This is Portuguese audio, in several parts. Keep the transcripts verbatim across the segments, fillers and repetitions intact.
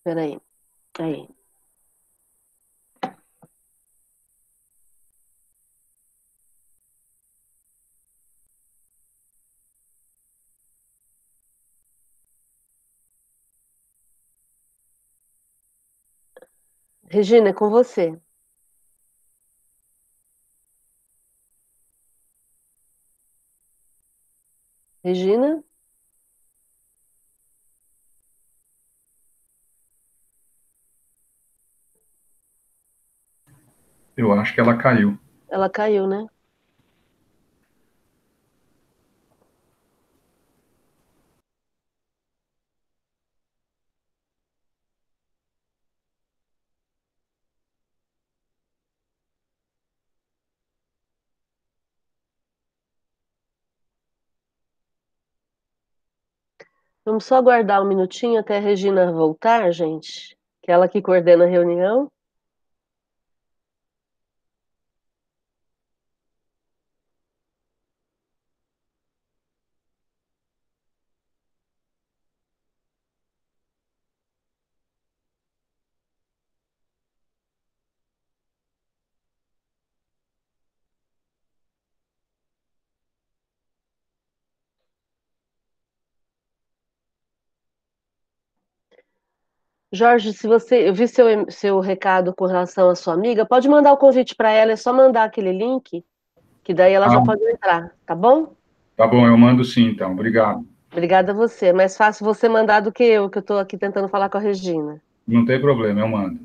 Peraí. Aí. Regina, é com você. Regina, Eu acho que ela caiu. ela caiu, né? Vamos só aguardar um minutinho até a Regina voltar, gente, que é ela que coordena a reunião. Jorge, se você, eu vi seu, seu recado com relação à sua amiga, pode mandar o convite para ela, é só mandar aquele link, que daí ela já Ah, pode entrar, tá bom? tá bom, eu mando sim, então. Obrigado. Obrigada a você. É mais fácil você mandar do que eu, que eu estou aqui tentando falar com a Regina. Não tem problema, eu mando.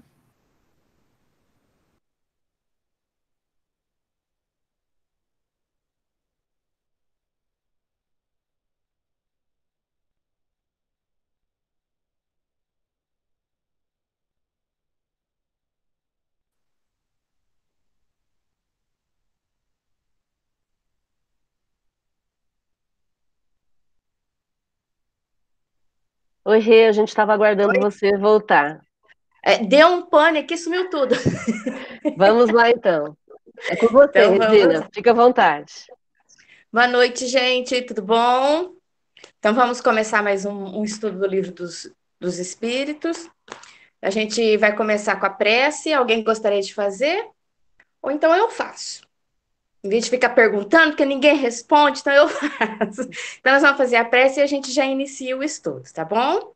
Oi, Rê, a gente estava aguardando você voltar. É, deu um pane aqui, sumiu tudo. Vamos lá, então. É com você, Então vamos. Regina. Fica à vontade. Boa noite, gente, tudo bom? Então vamos começar mais um, um estudo do livro dos, dos Espíritos. A gente vai começar com a prece. Alguém gostaria de fazer? Ou então eu faço. Em vez de ficar perguntando, porque ninguém responde, então eu faço. Então nós vamos fazer a prece e a gente já inicia o estudo, tá bom?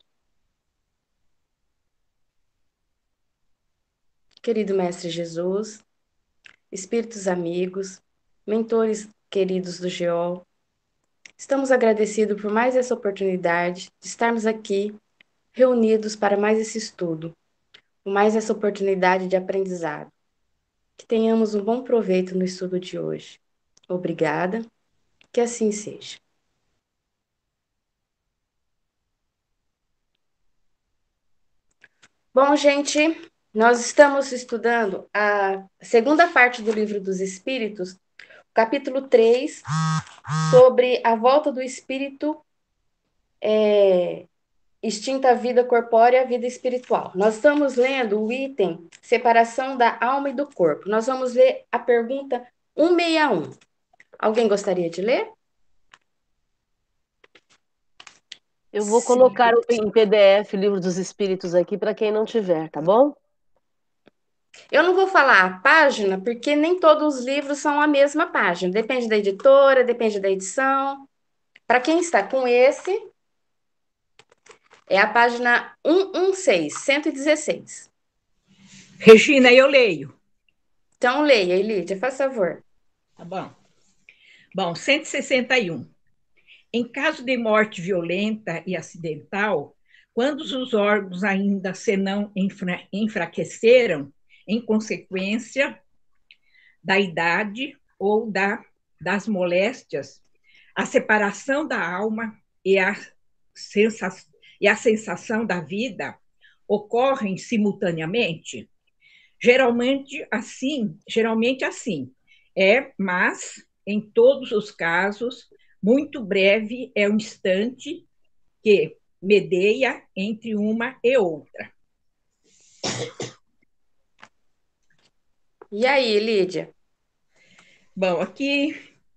Querido Mestre Jesus, espíritos amigos, mentores queridos do G O, estamos agradecidos por mais essa oportunidade de estarmos aqui reunidos para mais esse estudo, por mais essa oportunidade de aprendizado. Que tenhamos um bom proveito no estudo de hoje. Obrigada, que assim seja. Bom, gente, nós estamos estudando a segunda parte do Livro dos Espíritos, capítulo três, sobre a volta do espírito é, extinta a vida corpórea e a vida espiritual. Nós estamos lendo o item separação da alma e do corpo. Nós vamos ler a pergunta cento e sessenta e um. Alguém gostaria de ler? Eu vou Sim. colocar o- em P D F o Livro dos Espíritos aqui para quem não tiver, tá bom? Eu não vou falar a página, porque nem todos os livros são a mesma página. Depende da editora, depende da edição. Para quem está com esse, é a página cento e dezesseis, cento e dezesseis. Regina, eu leio. Então, leia, Lídia, faz favor. Tá bom? Bom, cento e sessenta e um. Em caso de morte violenta e acidental, quando os órgãos ainda se não enfra enfraqueceram em consequência da idade ou da, das moléstias, a separação da alma e a, sensa e a sensação da vida ocorrem simultaneamente? Geralmente assim, geralmente assim. É, mas em todos os casos, muito breve é o instante que medeia entre uma e outra. E aí, Lídia? Bom, aqui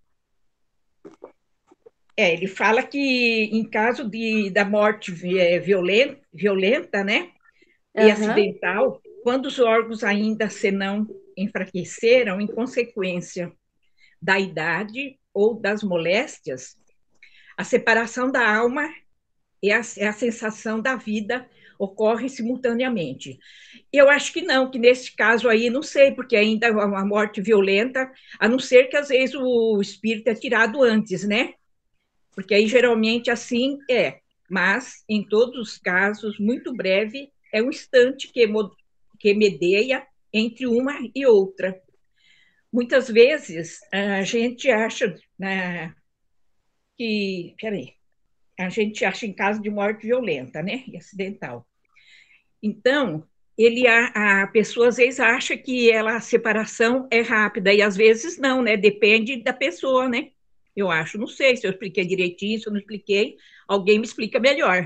é, ele fala que em caso de, da morte é, violenta, violenta, né? e Aham. acidental, quando os órgãos ainda se não enfraqueceram em consequência da idade ou das moléstias, a separação da alma e a, a sensação da vida ocorrem simultaneamente. Eu acho que não, que nesse caso aí, não sei, porque ainda é uma morte violenta, a não ser que às vezes o espírito é tirado antes, né? Porque aí geralmente assim é, mas em todos os casos, muito breve, é um instante que, que medeia entre uma e outra. Muitas vezes a gente acha, né, que, peraí, a gente acha em caso de morte violenta, né, e acidental. Então, ele, a, a pessoa às vezes acha que ela, a separação é rápida, e às vezes não, né, depende da pessoa, né, eu acho, não sei se eu expliquei direitinho, se eu não expliquei, alguém me explica melhor.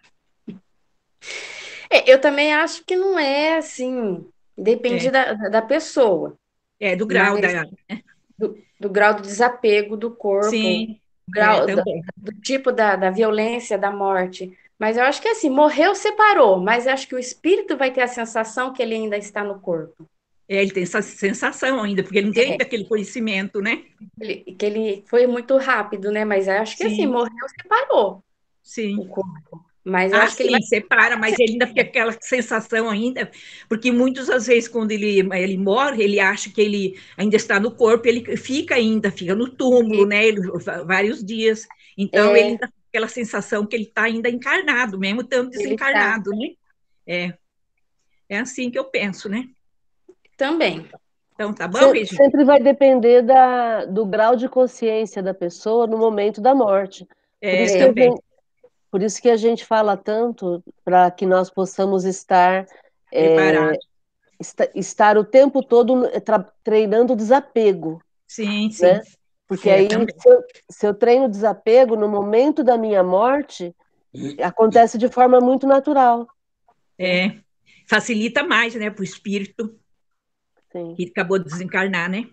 É, eu também acho que não é assim, depende É, da, da pessoa, é do grau mas da... do, do grau do desapego do corpo, Sim, é, grau da- também. do tipo da, da violência, da morte. Mas eu acho que assim, morreu, separou, mas eu acho que o espírito vai ter a sensação que ele ainda está no corpo. É, ele tem essa sensação ainda, porque ele não tem É, ainda aquele conhecimento, né? ele- que ele foi muito rápido, né? Mas eu acho que assim, Sim, morreu, separou o sim. corpo. Mas eu Ah, acho que ele vai. sim, separa, mas ele ainda fica aquela sensação ainda, porque muitas às vezes quando ele, ele morre, ele acha que ele ainda está no corpo, ele fica ainda, fica no túmulo, né, ele, vários dias, então ele É, ainda tem aquela sensação que ele está ainda encarnado, mesmo estando ele tá desencarnado, né, é, é assim que eu penso, né, também. então tá bom, Se- Regina? Sempre vai depender da, do grau de consciência da pessoa no momento da morte. Por É, isso que a É, também, gente, por isso que a gente fala tanto para que nós possamos estar, preparado, é, esta- estar o tempo todo tra- treinando desapego, sim, sim, né? Porque é, aí, também, se eu, se eu treino desapego, no momento da minha morte, acontece de forma muito natural, né? é, facilita mais, né, para o espírito Sim. que acabou de desencarnar, né,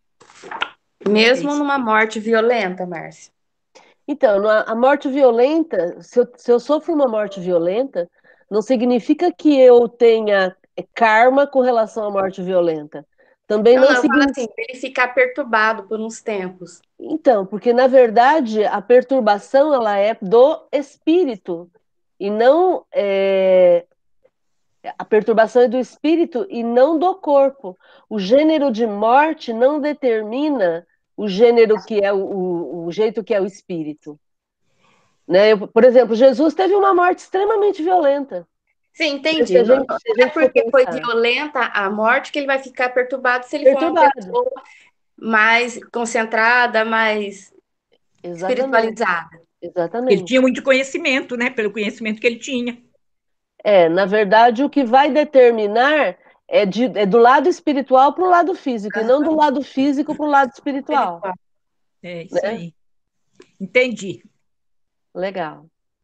é mesmo isso. numa morte violenta, Márcia. Então, na- a morte violenta, se eu, se eu sofro uma morte violenta, não significa que eu tenha karma com relação à morte violenta. Também Não, não não, eu falo significa. assim, ele ficar perturbado por uns tempos. Então, porque na verdade a perturbação ela é do espírito e não é, a perturbação é do espírito e não do corpo. O gênero de morte não determina o gênero que é o, o, o jeito que é o espírito. Né? Eu, por exemplo, Jesus teve uma morte extremamente violenta. Sim, Se entendi. a Não, gente, não se a é gente for porque foi pensar, violenta a morte que ele vai ficar perturbado se ele for uma perturbado. pessoa mais concentrada, mais Exatamente, espiritualizada. Ele tinha exatamente. muito conhecimento, né, pelo conhecimento que ele tinha. É, na verdade, o que vai determinar é, de, é do lado espiritual para o lado físico, e não do lado físico para o lado espiritual. Espiritual. É isso Né? aí. Entendi. Legal.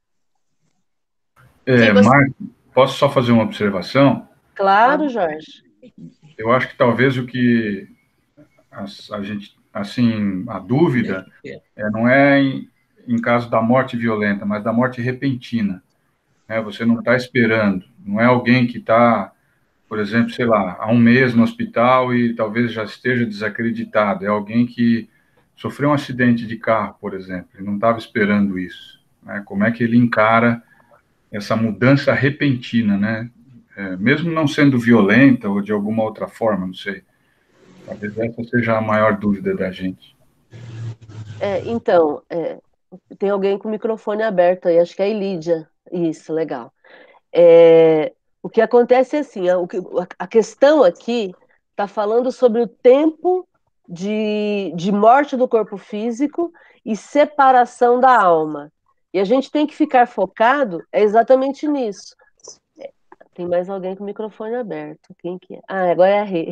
É, Quem você... Marco, posso só fazer uma observação? Claro, Jorge. Eu acho que talvez o que a, a gente, assim, a dúvida é, não é em, em caso da morte violenta, mas da morte repentina. Né? Você não está esperando, não é alguém que está, por exemplo, sei lá, há um mês no hospital e talvez já esteja desacreditado. É alguém que sofreu um acidente de carro, por exemplo, e não estava esperando isso. Né? Como é que ele encara essa mudança repentina, né? É, mesmo não sendo violenta ou de alguma outra forma, não sei. Talvez essa seja a maior dúvida da gente. É, então, é, tem alguém com o microfone aberto aí, acho que é a Ilídia. Isso, legal. É, o que acontece é assim, a, o que- a questão aqui está falando sobre o tempo de, de morte do corpo físico e separação da alma. E a gente tem que ficar focado é exatamente nisso. Tem mais alguém com o microfone aberto. Quem que é? Ah, agora é a Rê.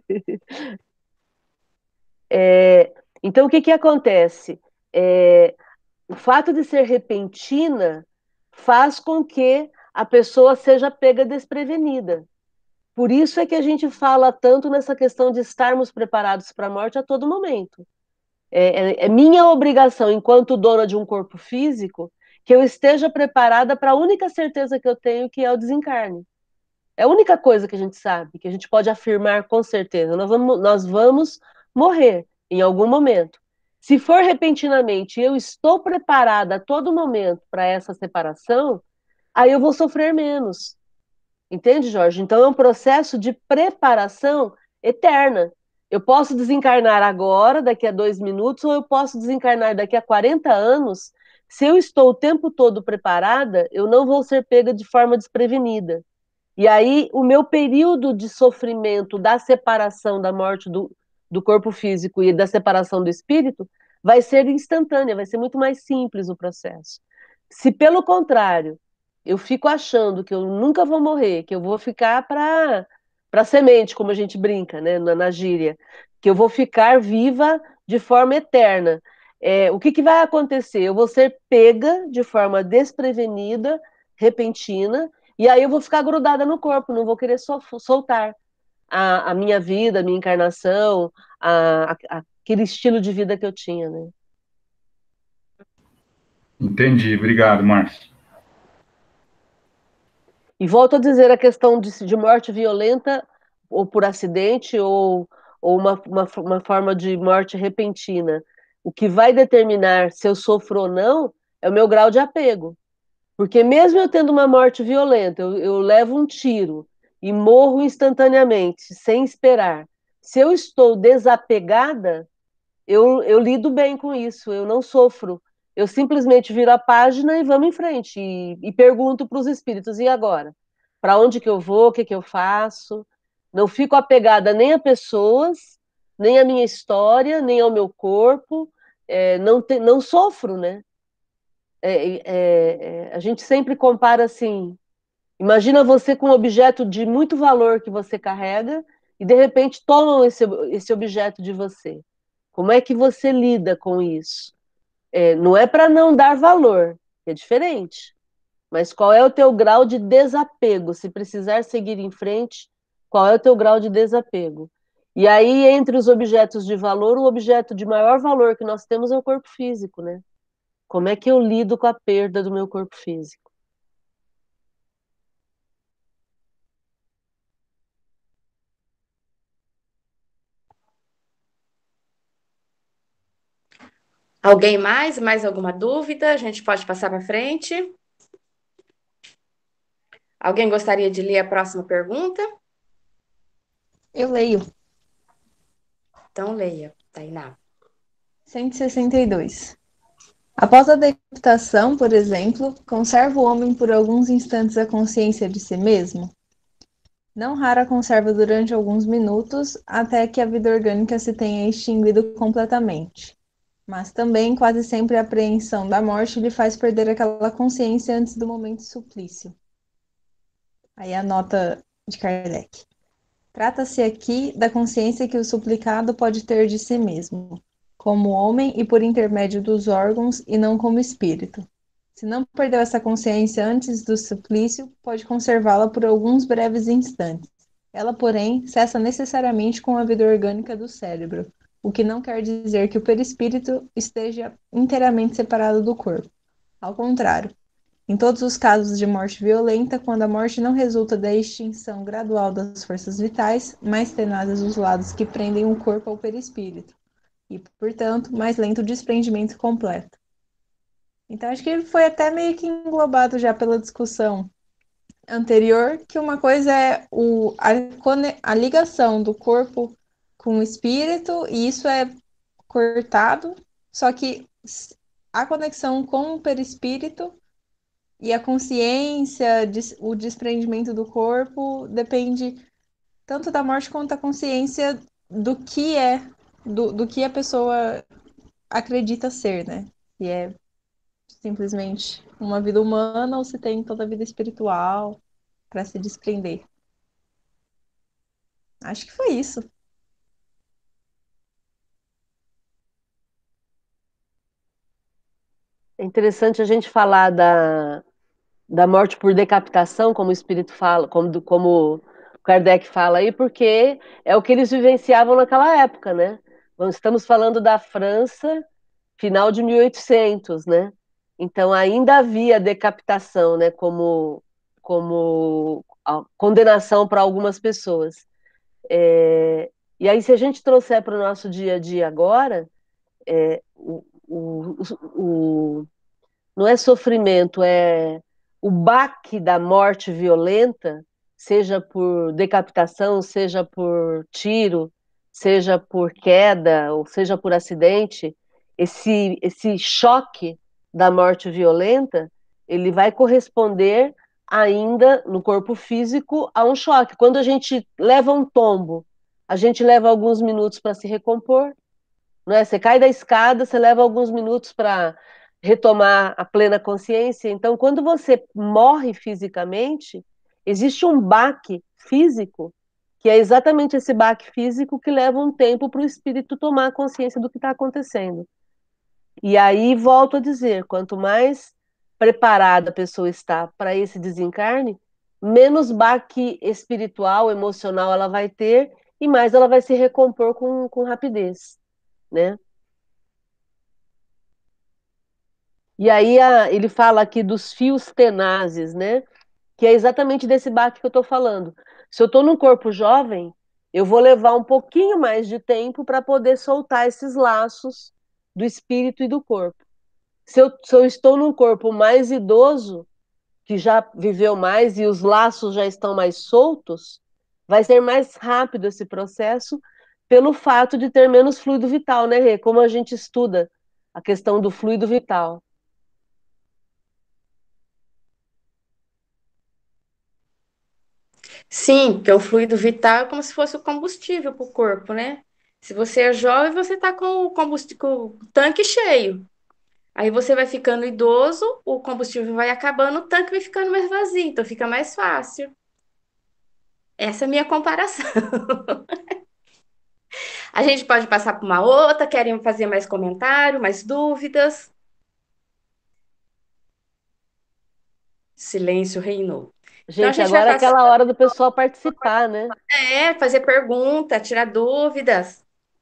É, então, o que que acontece? É, o fato de ser repentina faz com que a pessoa seja pega desprevenida. Por isso é que a gente fala tanto nessa questão de estarmos preparados para a morte a todo momento. É, é, é minha obrigação, enquanto dona de um corpo físico, que eu esteja preparada para a única certeza que eu tenho, que é o desencarne. É a única coisa que a gente sabe, que a gente pode afirmar com certeza. Nós vamos, nós vamos morrer em algum momento. Se for repentinamente, eu estou preparada a todo momento para essa separação, aí eu vou sofrer menos. Entende, Jorge? Então é um processo de preparação eterna. Eu posso desencarnar agora, daqui a dois minutos, ou eu posso desencarnar daqui a quarenta anos. Se eu estou o tempo todo preparada, eu não vou ser pega de forma desprevenida. E aí, o meu período de sofrimento da separação da morte do, do corpo físico e da separação do espírito vai ser instantânea, vai ser muito mais simples o processo. Se, pelo contrário, eu fico achando que eu nunca vou morrer, que eu vou ficar para para semente, como a gente brinca, né, na, na gíria, que eu vou ficar viva de forma eterna. É, o que, que vai acontecer? Eu vou ser pega de forma desprevenida, repentina, e aí eu vou ficar grudada no corpo, não vou querer sol- soltar a, a minha vida, a minha encarnação, a, a, aquele estilo de vida que eu tinha, né? Entendi, obrigado, Márcio. E volto a dizer a questão de, de morte violenta, ou por acidente, ou, ou uma, uma, uma forma de morte repentina. O que vai determinar se eu sofro ou não é o meu grau de apego. Porque mesmo eu tendo uma morte violenta, eu, eu levo um tiro e morro instantaneamente, sem esperar. Se eu estou desapegada, eu, eu lido bem com isso, eu não sofro. Eu simplesmente viro a página e vamos em frente. E, e pergunto para os espíritos, e agora? Para onde que eu vou? O que que eu faço? Não fico apegada nem a pessoas, nem à minha história, nem ao meu corpo. É, não, te, não sofro, né? É, é, é, a gente sempre compara assim, imagina você com um objeto de muito valor que você carrega e de repente tomam esse, esse objeto de você. Como é que você lida com isso? É, não é para não dar valor, é diferente. Mas qual é o teu grau de desapego? Se precisar seguir em frente, qual é o teu grau de desapego? E aí, entre os objetos de valor, o objeto de maior valor que nós temos é o corpo físico, né? Como é que eu lido com a perda do meu corpo físico? Alguém mais? Mais alguma dúvida? A gente pode passar para frente. Alguém gostaria de ler a próxima pergunta? Eu leio. Então leia, Tainá. cento e sessenta e dois. Após a decapitação, por exemplo, conserva o homem por alguns instantes a consciência de si mesmo? Não rara conserva durante alguns minutos, até que a vida orgânica se tenha extinguido completamente. Mas também quase sempre a apreensão da morte lhe faz perder aquela consciência antes do momento suplício. Aí a nota de Kardec. Trata-se aqui da consciência que o suplicado pode ter de si mesmo, como homem e por intermédio dos órgãos, e não como espírito. Se não perdeu essa consciência antes do suplício, pode conservá-la por alguns breves instantes. Ela, porém, cessa necessariamente com a vida orgânica do cérebro, o que não quer dizer que o perispírito esteja inteiramente separado do corpo. Ao contrário, em todos os casos de morte violenta, quando a morte não resulta da extinção gradual das forças vitais, mais tenazes os lados que prendem o corpo ao perispírito, e, portanto, mais lento o desprendimento completo. Então, acho que ele foi até meio que englobado já pela discussão anterior, que uma coisa é o, a, a ligação do corpo com o espírito, e isso é cortado, só que a conexão com o perispírito e a consciência, o desprendimento do corpo, depende tanto da morte quanto da consciência do que é, do, do que a pessoa acredita ser, né? Se é simplesmente uma vida humana ou se tem toda a vida espiritual para se desprender. Acho que foi isso. É interessante a gente falar da, da morte por decapitação, como o espírito fala, como, como o Kardec fala aí, porque é o que eles vivenciavam naquela época, né? Nós estamos falando da França, final de mil e oitocentos, né? Então ainda havia decapitação, né? Como, como a condenação para algumas pessoas. É, e aí, se a gente trouxer para o nosso dia a dia agora, é, o, o, o, não é sofrimento, é o baque da morte violenta, seja por decapitação, seja por tiro, seja por queda, ou seja por acidente, esse, esse choque da morte violenta, ele vai corresponder ainda no corpo físico a um choque. Quando a gente leva um tombo, a gente leva alguns minutos para se recompor, não é? Você cai da escada, você leva alguns minutos para retomar a plena consciência. Então, quando você morre fisicamente, existe um baque físico, que é exatamente esse baque físico que leva um tempo para o espírito tomar consciência do que está acontecendo. E aí, volto a dizer, quanto mais preparada a pessoa está para esse desencarne, menos baque espiritual, emocional ela vai ter e mais ela vai se recompor com, com rapidez, né? E aí a, ele fala aqui dos fios tenazes, né? Que é exatamente desse baque que eu estou falando. Se eu estou num corpo jovem, eu vou levar um pouquinho mais de tempo para poder soltar esses laços do espírito e do corpo. Se eu, se eu estou num corpo mais idoso, que já viveu mais e os laços já estão mais soltos, vai ser mais rápido esse processo pelo fato de ter menos fluido vital, né, Rê? Como a gente estuda a questão do fluido vital. Sim, porque o fluido vital é como se fosse o combustível para o corpo, né? Se você é jovem, você está com o combustível, com o tanque cheio. Aí você vai ficando idoso, o combustível vai acabando, o tanque vai ficando mais vazio, então fica mais fácil. Essa é a minha comparação. A gente pode passar para uma outra, querem fazer mais comentário, mais dúvidas? Silêncio reinou. Então a Gente, gente vai agora é passar, aquela hora do pessoal participar, né? é, fazer pergunta, tirar dúvidas.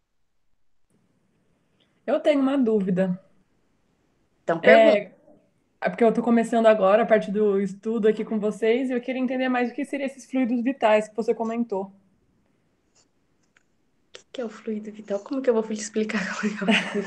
Eu tenho uma dúvida. Então pergunta. É, é porque eu estou começando agora a parte do estudo aqui com vocês e eu queria entender mais o que seriam esses fluidos vitais que você comentou. O que é o fluido vital? Como que eu vou te explicar como é o fluido?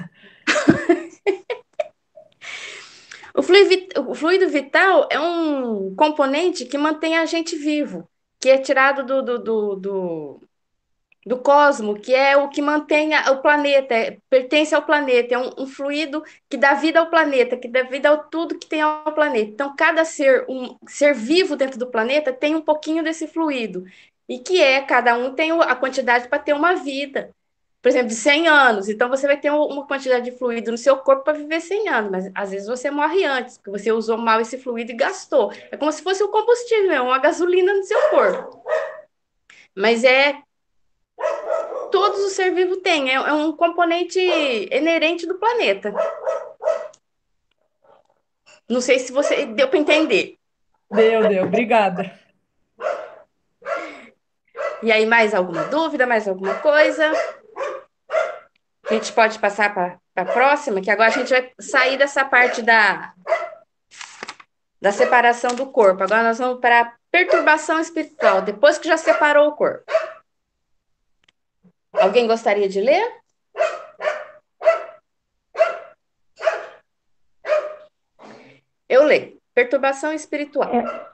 O fluido, o fluido vital é um componente que mantém a gente vivo, que é tirado do, do, do, do, do cosmo, que é o que mantém a- o planeta, é- pertence ao planeta, é um, um fluido que dá vida ao planeta, que dá vida a tudo que tem ao planeta. Então, cada ser, um ser vivo dentro do planeta tem um pouquinho desse fluido, e que é, cada um tem o- a quantidade para ter uma vida. Por exemplo, de cem anos. Então, você vai ter um- uma quantidade de fluido no seu corpo para viver cem anos, mas às vezes você morre antes, porque você usou mal esse fluido e gastou. É como se fosse um combustível, é uma gasolina no seu corpo. Mas é todos os seres vivos têm, é, é um componente inerente do planeta. Não sei se você deu para entender. Deu, deu. Obrigada. E aí, mais alguma dúvida, mais alguma coisa? A gente pode passar para a próxima, que agora a gente vai sair dessa parte da, da separação do corpo. Agora nós vamos para a perturbação espiritual, depois que já separou o corpo. Alguém gostaria de ler? Eu leio. Perturbação espiritual.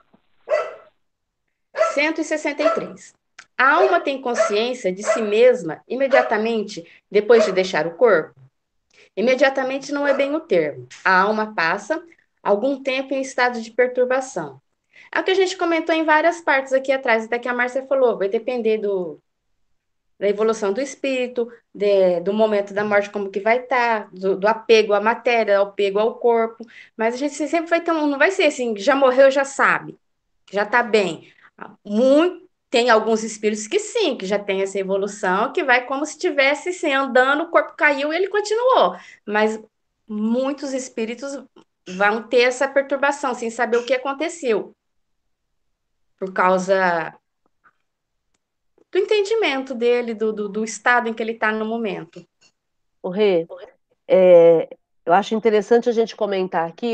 cento e sessenta e três. A alma tem consciência de si mesma imediatamente depois de deixar o corpo? Imediatamente não é bem o termo. A alma passa algum tempo em estado de perturbação. É o que a gente comentou em várias partes aqui atrás, até que a Márcia falou, vai depender do, da evolução do espírito, de, do momento da morte, como que vai estar, do, do apego à matéria, do apego ao corpo, mas a gente sempre vai ter um, não vai ser assim, já morreu, já sabe, já está bem. Muito, tem alguns espíritos que sim, que já tem essa evolução, que vai como se estivesse assim, andando, o corpo caiu e ele continuou. Mas muitos espíritos vão ter essa perturbação, sem saber o que aconteceu. Por causa do entendimento dele, do, do, do estado em que ele está no momento. O Rê, é, eu acho interessante a gente comentar aqui,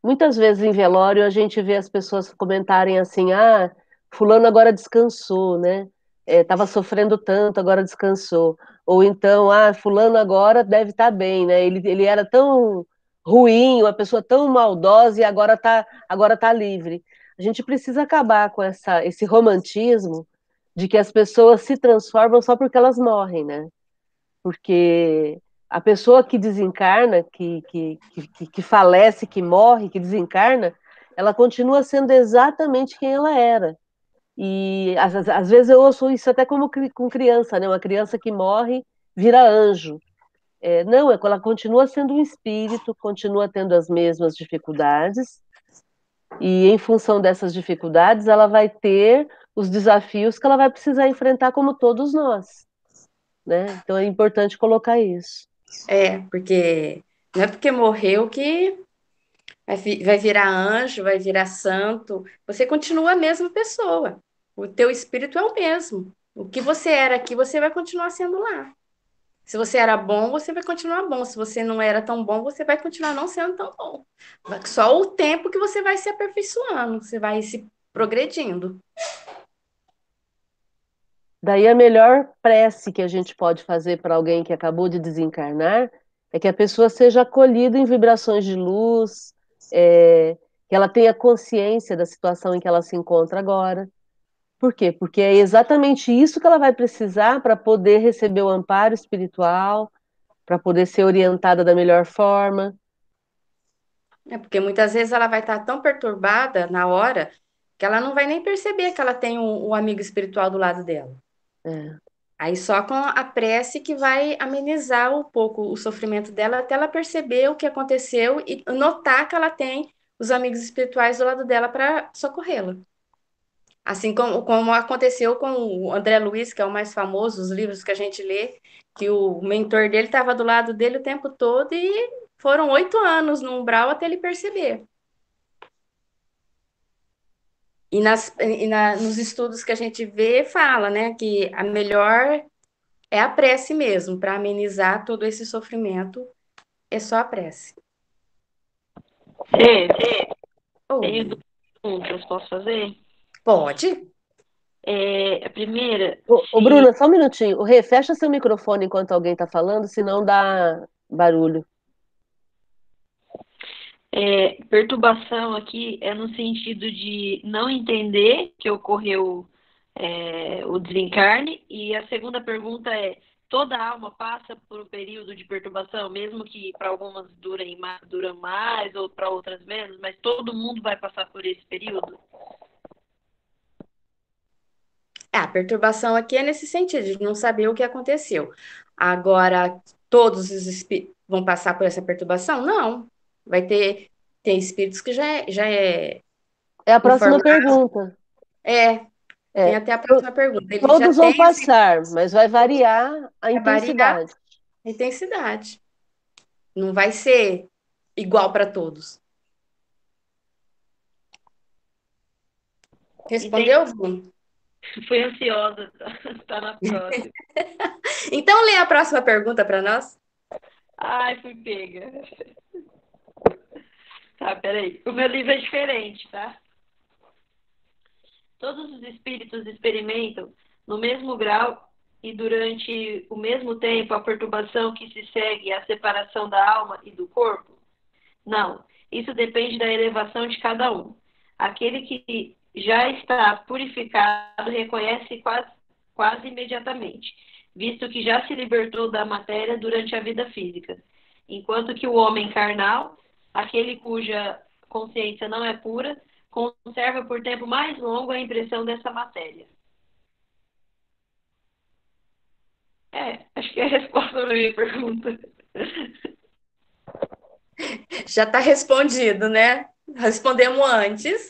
muitas vezes em velório a gente vê as pessoas comentarem assim, ah, fulano agora descansou, né? Estava sofrendo tanto, agora descansou. Ou então, ah, fulano agora deve estar bem, né? Ele, ele era tão ruim, uma pessoa tão maldosa e agora está agora tá livre. A gente precisa acabar com essa, esse romantismo de que as pessoas se transformam só porque elas morrem, né? Porque a pessoa que desencarna, que, que, que, que falece, que morre, que desencarna, ela continua sendo exatamente quem ela era. E às, às vezes eu ouço isso até como com criança, né? Uma criança que morre vira anjo. É, não, é que ela continua sendo um espírito, continua tendo as mesmas dificuldades, e em função dessas dificuldades, ela vai ter os desafios que ela vai precisar enfrentar, como todos nós, né? Então é importante colocar isso. É, porque não é porque morreu que vai, vi- vai virar anjo, vai virar santo. Você continua a mesma pessoa. O teu espírito é o mesmo. O que você era aqui, você vai continuar sendo lá. Se você era bom, você vai continuar bom. Se você não era tão bom, você vai continuar não sendo tão bom. Só o tempo que você vai se aperfeiçoando, você vai se progredindo. Daí a melhor prece que a gente pode fazer para alguém que acabou de desencarnar é que a pessoa seja acolhida em vibrações de luz, é, que ela tenha consciência da situação em que ela se encontra agora. Por quê? Porque é exatamente isso que ela vai precisar para poder receber o amparo espiritual, para poder ser orientada da melhor forma. É porque muitas vezes ela vai estar tão perturbada na hora que ela não vai nem perceber que ela tem um, um amigo espiritual do lado dela. É. Aí só com a prece que vai amenizar um pouco o sofrimento dela até ela perceber o que aconteceu e notar que ela tem os amigos espirituais do lado dela para socorrê-la. Assim como, como aconteceu com o André Luiz, que é o mais famoso, os livros que a gente lê, que o mentor dele estava do lado dele o tempo todo e foram oito anos no umbral até ele perceber. E, nas, e na, nos estudos que a gente vê, fala, né, que a melhor é a prece mesmo, para amenizar todo esse sofrimento, é só a prece. Fê, Oh, tenho duas perguntas, posso fazer? pode? É, a primeira, Ô, ô, se Bruna, só um minutinho. O Rê, fecha seu microfone enquanto alguém está falando, senão dá barulho. é, perturbação aqui é no sentido de não entender que ocorreu é, o desencarne, e a segunda pergunta é, toda alma passa por um período de perturbação, mesmo que para algumas durem mais, duram mais ou para outras menos, mas todo mundo vai passar por esse período? Ah, a perturbação aqui é nesse sentido, de não saber o que aconteceu. Agora, todos os espíritos vão passar por essa perturbação? Não. Vai ter, tem espíritos que já é, já é É a próxima informado. pergunta. É, tem É, até a próxima pergunta. Ele já todos vão tem esse passar, mas vai variar a vai variar intensidade. a intensidade. Não vai ser igual para todos. Entendi. Respondeu, Bruno? Fui ansiosa, tá na próxima. Então, lê a próxima pergunta para nós. Ai, fui pega. Tá, peraí. O meu livro é diferente, tá? Todos os espíritos experimentam, no mesmo grau e durante o mesmo tempo, a perturbação que se segue à separação da alma e do corpo? Não. Isso depende da elevação de cada um. Aquele que já está purificado reconhece quase, quase imediatamente, visto que já se libertou da matéria durante a vida física. Enquanto que o homem carnal, aquele cuja consciência não é pura, conserva por tempo mais longo a impressão dessa matéria. É, acho que é a resposta para a minha pergunta. Já está respondido, né? Respondemos antes.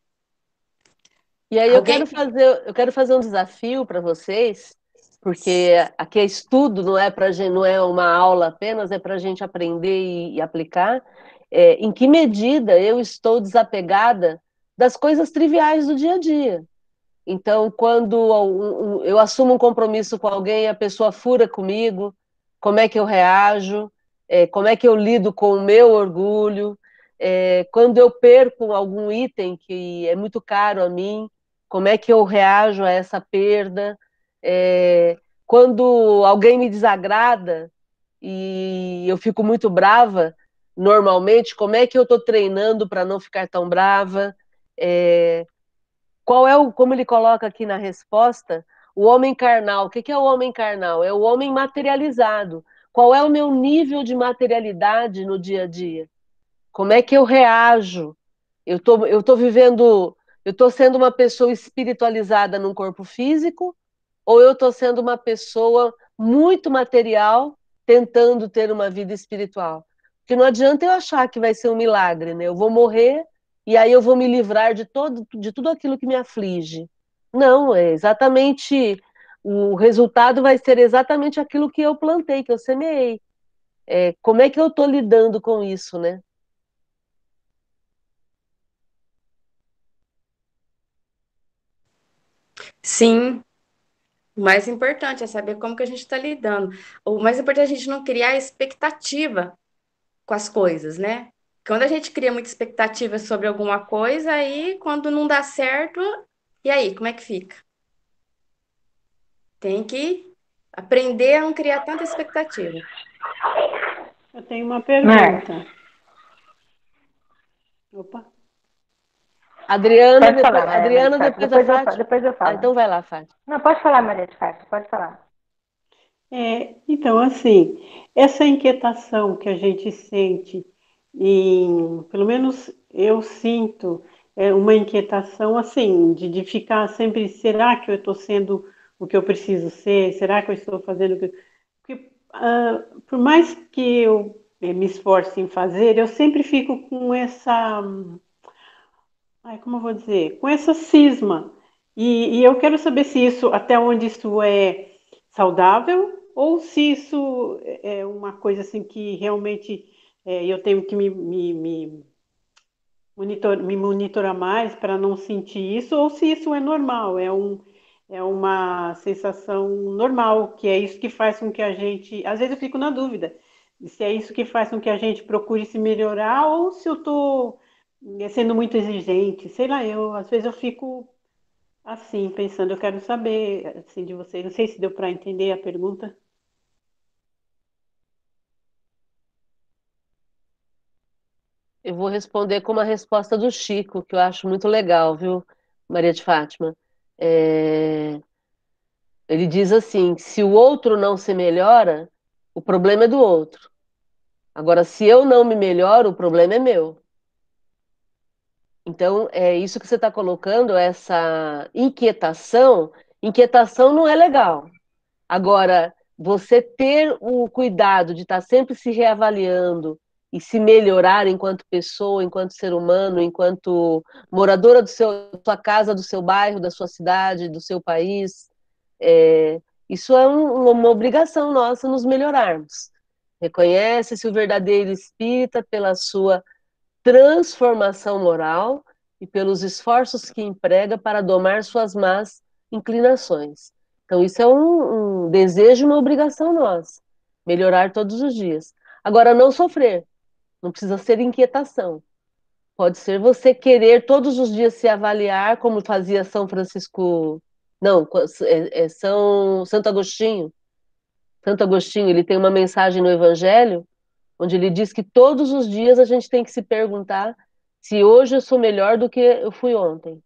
E aí eu Alguém? quero fazer, eu quero fazer um desafio para vocês, porque aqui é estudo, não é para não é uma aula apenas, é para a gente aprender e, e aplicar. É, em que medida eu estou desapegada das coisas triviais do dia a dia? Então, quando um- um- eu assumo um compromisso com alguém, a pessoa fura comigo, como é que eu reajo? É, como é que eu lido com o meu orgulho? É, quando eu perco algum item que é muito caro a mim, como é que eu reajo a essa perda? É, quando alguém me desagrada e eu fico muito brava, normalmente, como é que eu estou treinando para não ficar tão brava? É, qual é o, como ele coloca aqui na resposta, o homem carnal. O que é o homem carnal? É o homem materializado. Qual é o meu nível de materialidade no dia a dia? Como é que eu reajo? Eu tô, eu tô vivendo, eu tô sendo uma pessoa espiritualizada num corpo físico, ou eu tô sendo uma pessoa muito material tentando ter uma vida espiritual? Porque não adianta eu achar que vai ser um milagre, né? Eu vou morrer e aí eu vou me livrar de todo, de tudo aquilo que me aflige. Não, é exatamente, o resultado vai ser exatamente aquilo que eu plantei, que eu semeei. É, como é que eu estou lidando com isso, né? Sim, o mais importante é saber como que a gente está lidando. O mais importante é a gente não criar expectativa com as coisas, né? Quando a gente cria muita expectativa sobre alguma coisa, aí quando não dá certo, e aí, como é que fica? Tem que aprender a não criar tanta expectativa. Eu tenho uma pergunta. Opa. Adriana, Pode depois, falar, Maria, Maria de Adriana, Fátima. depois a Depois eu, fa- Fátima. depois eu Ah, falo. então vai lá, Fátima. Não, pode falar, Maria de Fátima, pode falar. É, então, assim, essa inquietação que a gente sente, em, pelo menos eu sinto, é uma inquietação assim, de, de ficar sempre, será que eu estou sendo o que eu preciso ser? Será que eu estou fazendo o que... Porque, ah, por mais que eu eh, me esforce em fazer, eu sempre fico com essa, ai, como eu vou dizer, com essa cisma. E, e eu quero saber se isso, até onde isso é saudável, ou se isso é uma coisa assim que realmente é, eu tenho que me, me, me, monitor, me monitorar mais para não sentir isso, ou se isso é normal, é, um, é uma sensação normal, que é isso que faz com que a gente. Às vezes eu fico na dúvida se é isso que faz com que a gente procure se melhorar, ou se eu estou sendo muito exigente, sei lá, eu às vezes eu fico assim, pensando, eu quero saber assim de vocês, não sei se deu para entender a pergunta. Eu vou responder com uma resposta do Chico, que eu acho muito legal, viu, Maria de Fátima? É, ele diz assim: se o outro não se melhora, o problema é do outro. Agora, se eu não me melhoro, o problema é meu. Então, é isso que você está colocando, essa inquietação. Inquietação não é legal. Agora, você ter o cuidado de estar sempre se reavaliando e se melhorar enquanto pessoa, enquanto ser humano, enquanto moradora do seu, da sua casa, do seu bairro, da sua cidade, do seu país, é, isso é um, uma obrigação nossa nos melhorarmos. Reconhece-se o verdadeiro espírita pela sua transformação moral e pelos esforços que emprega para domar suas más inclinações. Então, isso é um, um desejo e uma obrigação nossa, melhorar todos os dias. Agora, não sofrer, não precisa ser inquietação. Pode ser você querer todos os dias se avaliar, como fazia São Francisco, não, é, é São Santo Agostinho. Santo Agostinho, ele tem uma mensagem no Evangelho onde ele diz que todos os dias a gente tem que se perguntar se hoje eu sou melhor do que eu fui ontem.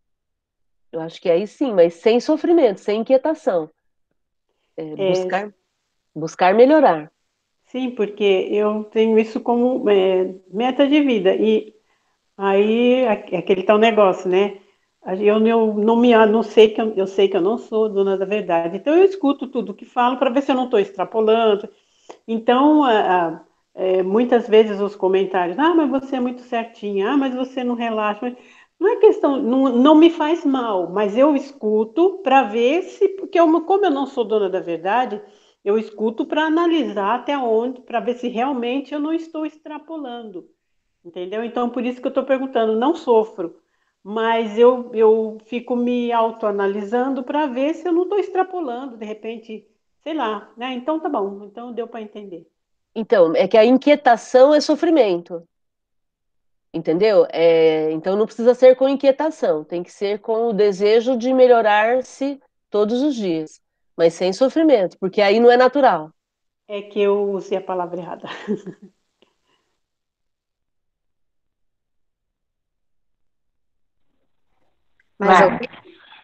Eu acho que aí sim, mas sem sofrimento, sem inquietação. É, É, buscar, buscar melhorar. sim, porque eu tenho isso como é, meta de vida. E aí, aqu- aquele tal negócio, né? A- Eu não, não me não sei que eu, eu sei que eu não sou dona da verdade. Então eu escuto tudo que falo para ver se eu não estou extrapolando. Então, a- a- é, muitas vezes os comentários, ah, mas você é muito certinha, ah, mas você não relaxa. Mas não é questão, não, não me faz mal, mas eu escuto para ver se, porque eu, como eu não sou dona da verdade, eu escuto para analisar até onde, para ver se realmente eu não estou extrapolando. Entendeu? Então, por isso que eu estou perguntando, não sofro, mas eu, eu fico me autoanalisando para ver se eu não estou extrapolando, de repente, sei lá, né? Então tá bom, então deu para entender. Então, é que a inquietação é sofrimento. Entendeu? É, então não precisa ser com inquietação, tem que ser com o desejo de melhorar-se todos os dias, mas sem sofrimento, porque aí não é natural. É que eu usei a palavra errada. Mais Vai. alguém?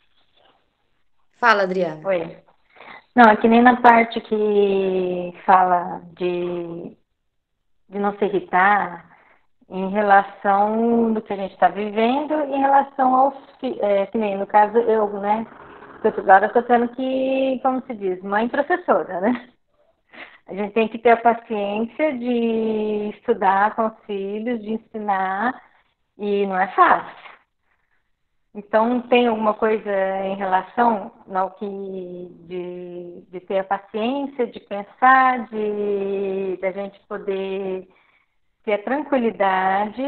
Fala, Adriana. Oi. Não, é que nem na parte que fala de, de não se irritar em relação do que a gente está vivendo, em relação aos fi- é, que nem no caso eu, né? Porque agora eu estou tendo que, como se diz, mãe professora, né? A gente tem que ter a paciência de estudar com os filhos, de ensinar, e não é fácil. Então, tem alguma coisa em relação ao que de, de ter a paciência, de pensar, de da gente poder ter a tranquilidade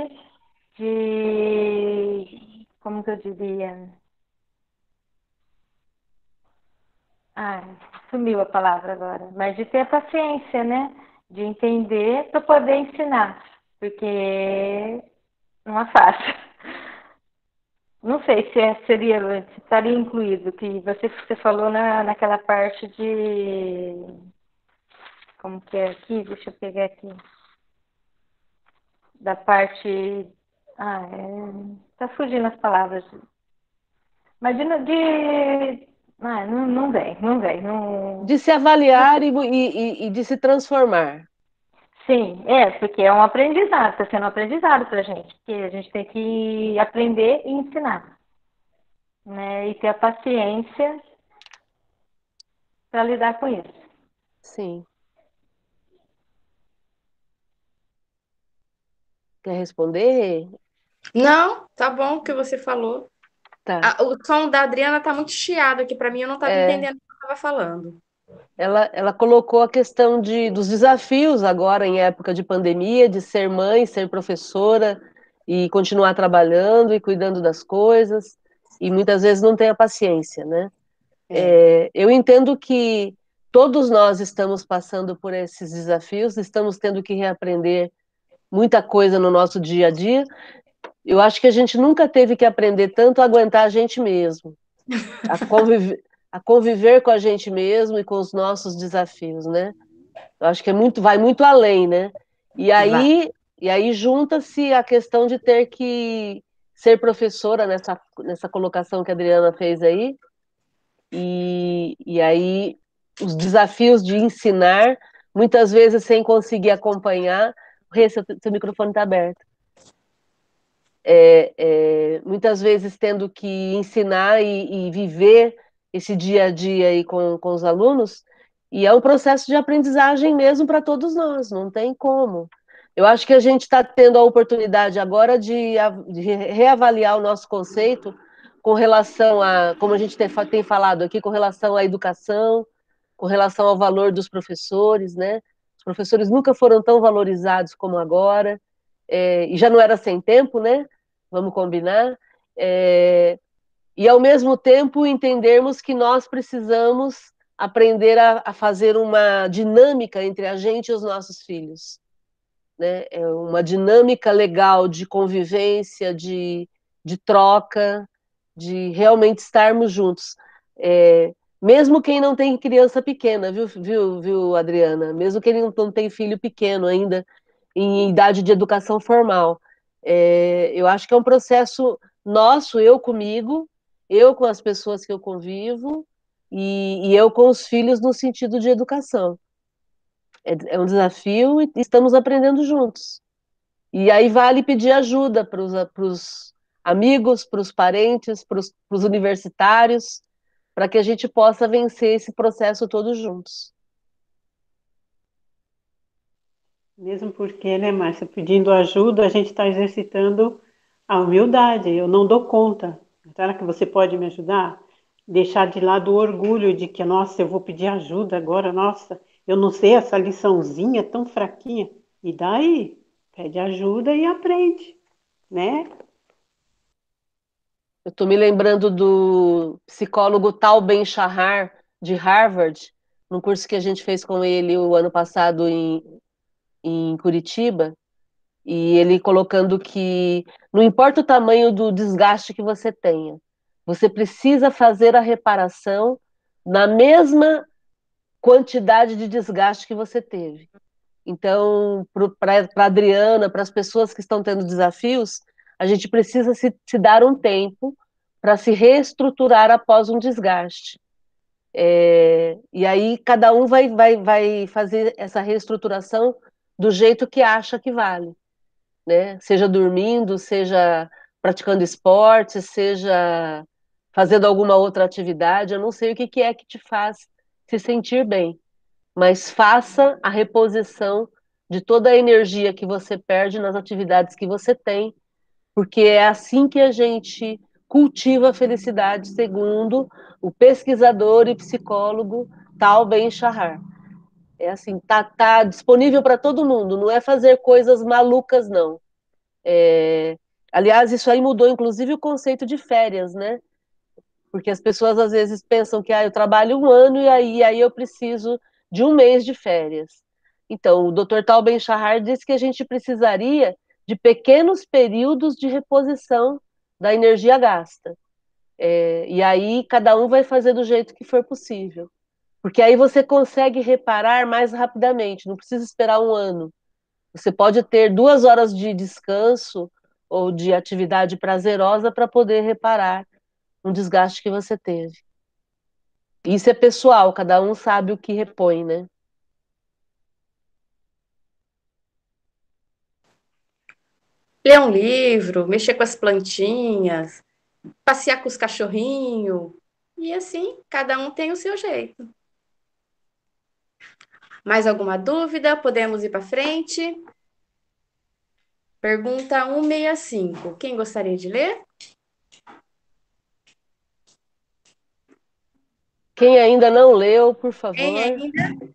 de, como que eu diria? Ai, sumiu a palavra agora, mas de ter a paciência, né? De entender para poder ensinar, porque não é fácil. Não sei se é- seria, se estaria incluído, que você, você falou na, naquela parte de. Como que é aqui? Deixa eu pegar aqui. Da parte. Ah, é, tá fugindo as palavras. Mas de. de ah, não, não vem, não vem. Não, De se avaliar e, e, e de se transformar. sim, é, porque é um aprendizado, está sendo um aprendizado para a gente, que a gente tem que aprender e ensinar, né? E ter a paciência para lidar com isso. Sim. Quer responder? Não, tá bom o que você falou. Tá. Ah, o som da Adriana tá muito chiado aqui para mim, eu não estava É, entendendo o que ela estava falando. ela, ela colocou a questão de, dos desafios agora em época de pandemia, de ser mãe, ser professora e continuar trabalhando e cuidando das coisas, e muitas vezes não tem a paciência, né? É. É, eu entendo que todos nós estamos passando por esses desafios, estamos tendo que reaprender muita coisa no nosso dia a dia. Eu acho que a gente nunca teve que aprender tanto a aguentar a gente mesmo, a conviver, a conviver com a gente mesmo e com os nossos desafios, né? Eu acho que é muito, vai muito além, né? E Vai. aí, e aí junta-se a questão de ter que ser professora nessa, nessa colocação que a Adriana fez aí, e, e aí os desafios de ensinar, muitas vezes sem conseguir acompanhar. Rê, seu, seu microfone está aberto. É, é, muitas vezes tendo que ensinar e, e viver esse dia a dia aí com, com os alunos, e é um processo de aprendizagem mesmo para todos nós, não tem como. Eu acho que a gente está tendo a oportunidade agora de, de reavaliar o nosso conceito com relação a, como a gente tem, tem falado aqui, com relação à educação, com relação ao valor dos professores, né? Os professores nunca foram tão valorizados como agora, é, e já não era sem tempo, né? Vamos combinar. É, e, ao mesmo tempo, entendermos que nós precisamos aprender a, a fazer uma dinâmica entre a gente e os nossos filhos. Né? É uma dinâmica legal de convivência, de, de troca, de realmente estarmos juntos. É, mesmo quem não tem criança pequena, viu, viu, viu, Adriana? Mesmo quem não tem filho pequeno ainda, em idade de educação formal. É, eu acho que é um processo nosso, eu comigo, eu com as pessoas que eu convivo, e, e eu com os filhos no sentido de educação. É, é um desafio e estamos aprendendo juntos. E aí vale pedir ajuda para os amigos, para os parentes, para os universitários, para que a gente possa vencer esse processo todos juntos. Mesmo porque, né, Márcia, pedindo ajuda, a gente está exercitando a humildade. Eu não dou conta. Será que você pode me ajudar? Deixar de lado o orgulho de que, nossa, eu vou pedir ajuda agora, nossa, eu não sei essa liçãozinha tão fraquinha. E daí? Pede ajuda e aprende, né? Eu estou me lembrando do psicólogo Tal Ben-Shahar, de Harvard, num curso que a gente fez com ele o ano passado em, em Curitiba, E ele colocando que não importa o tamanho do desgaste que você tenha, você precisa fazer a reparação na mesma quantidade de desgaste que você teve. Então, para a Adriana, para as pessoas que estão tendo desafios, a gente precisa se, se dar um tempo para se reestruturar após um desgaste. É, e aí cada um vai, vai, vai fazer essa reestruturação do jeito que acha que vale, né? Seja dormindo, seja praticando esporte, seja fazendo alguma outra atividade. Eu não sei o que, que é que te faz se sentir bem, mas faça a reposição de toda a energia que você perde nas atividades que você tem, porque é assim que a gente cultiva a felicidade, segundo o pesquisador e psicólogo Tal Ben-Shahar. É assim, tá, tá disponível para todo mundo, não é fazer coisas malucas, não. É, aliás, isso aí mudou, inclusive, o conceito de férias, né? Porque as pessoas às vezes pensam que ah, eu trabalho um ano e aí, aí eu preciso de um mês de férias. Então, o doutor Tal Ben-Shahar disse que a gente precisaria de pequenos períodos de reposição da energia gasta. É, e aí cada um vai fazer do jeito que for possível. Porque aí você consegue reparar mais rapidamente, não precisa esperar um ano. Você pode ter duas horas de descanso ou de atividade prazerosa para poder reparar um desgaste que você teve. Isso é pessoal, cada um sabe o que repõe, né? Ler um livro, mexer com as plantinhas, passear com os cachorrinhos. E assim, cada um tem o seu jeito. Mais alguma dúvida? Podemos ir para frente? Pergunta cento e sessenta e cinco. Quem gostaria de ler? Quem ainda não leu, por favor. Quem ainda?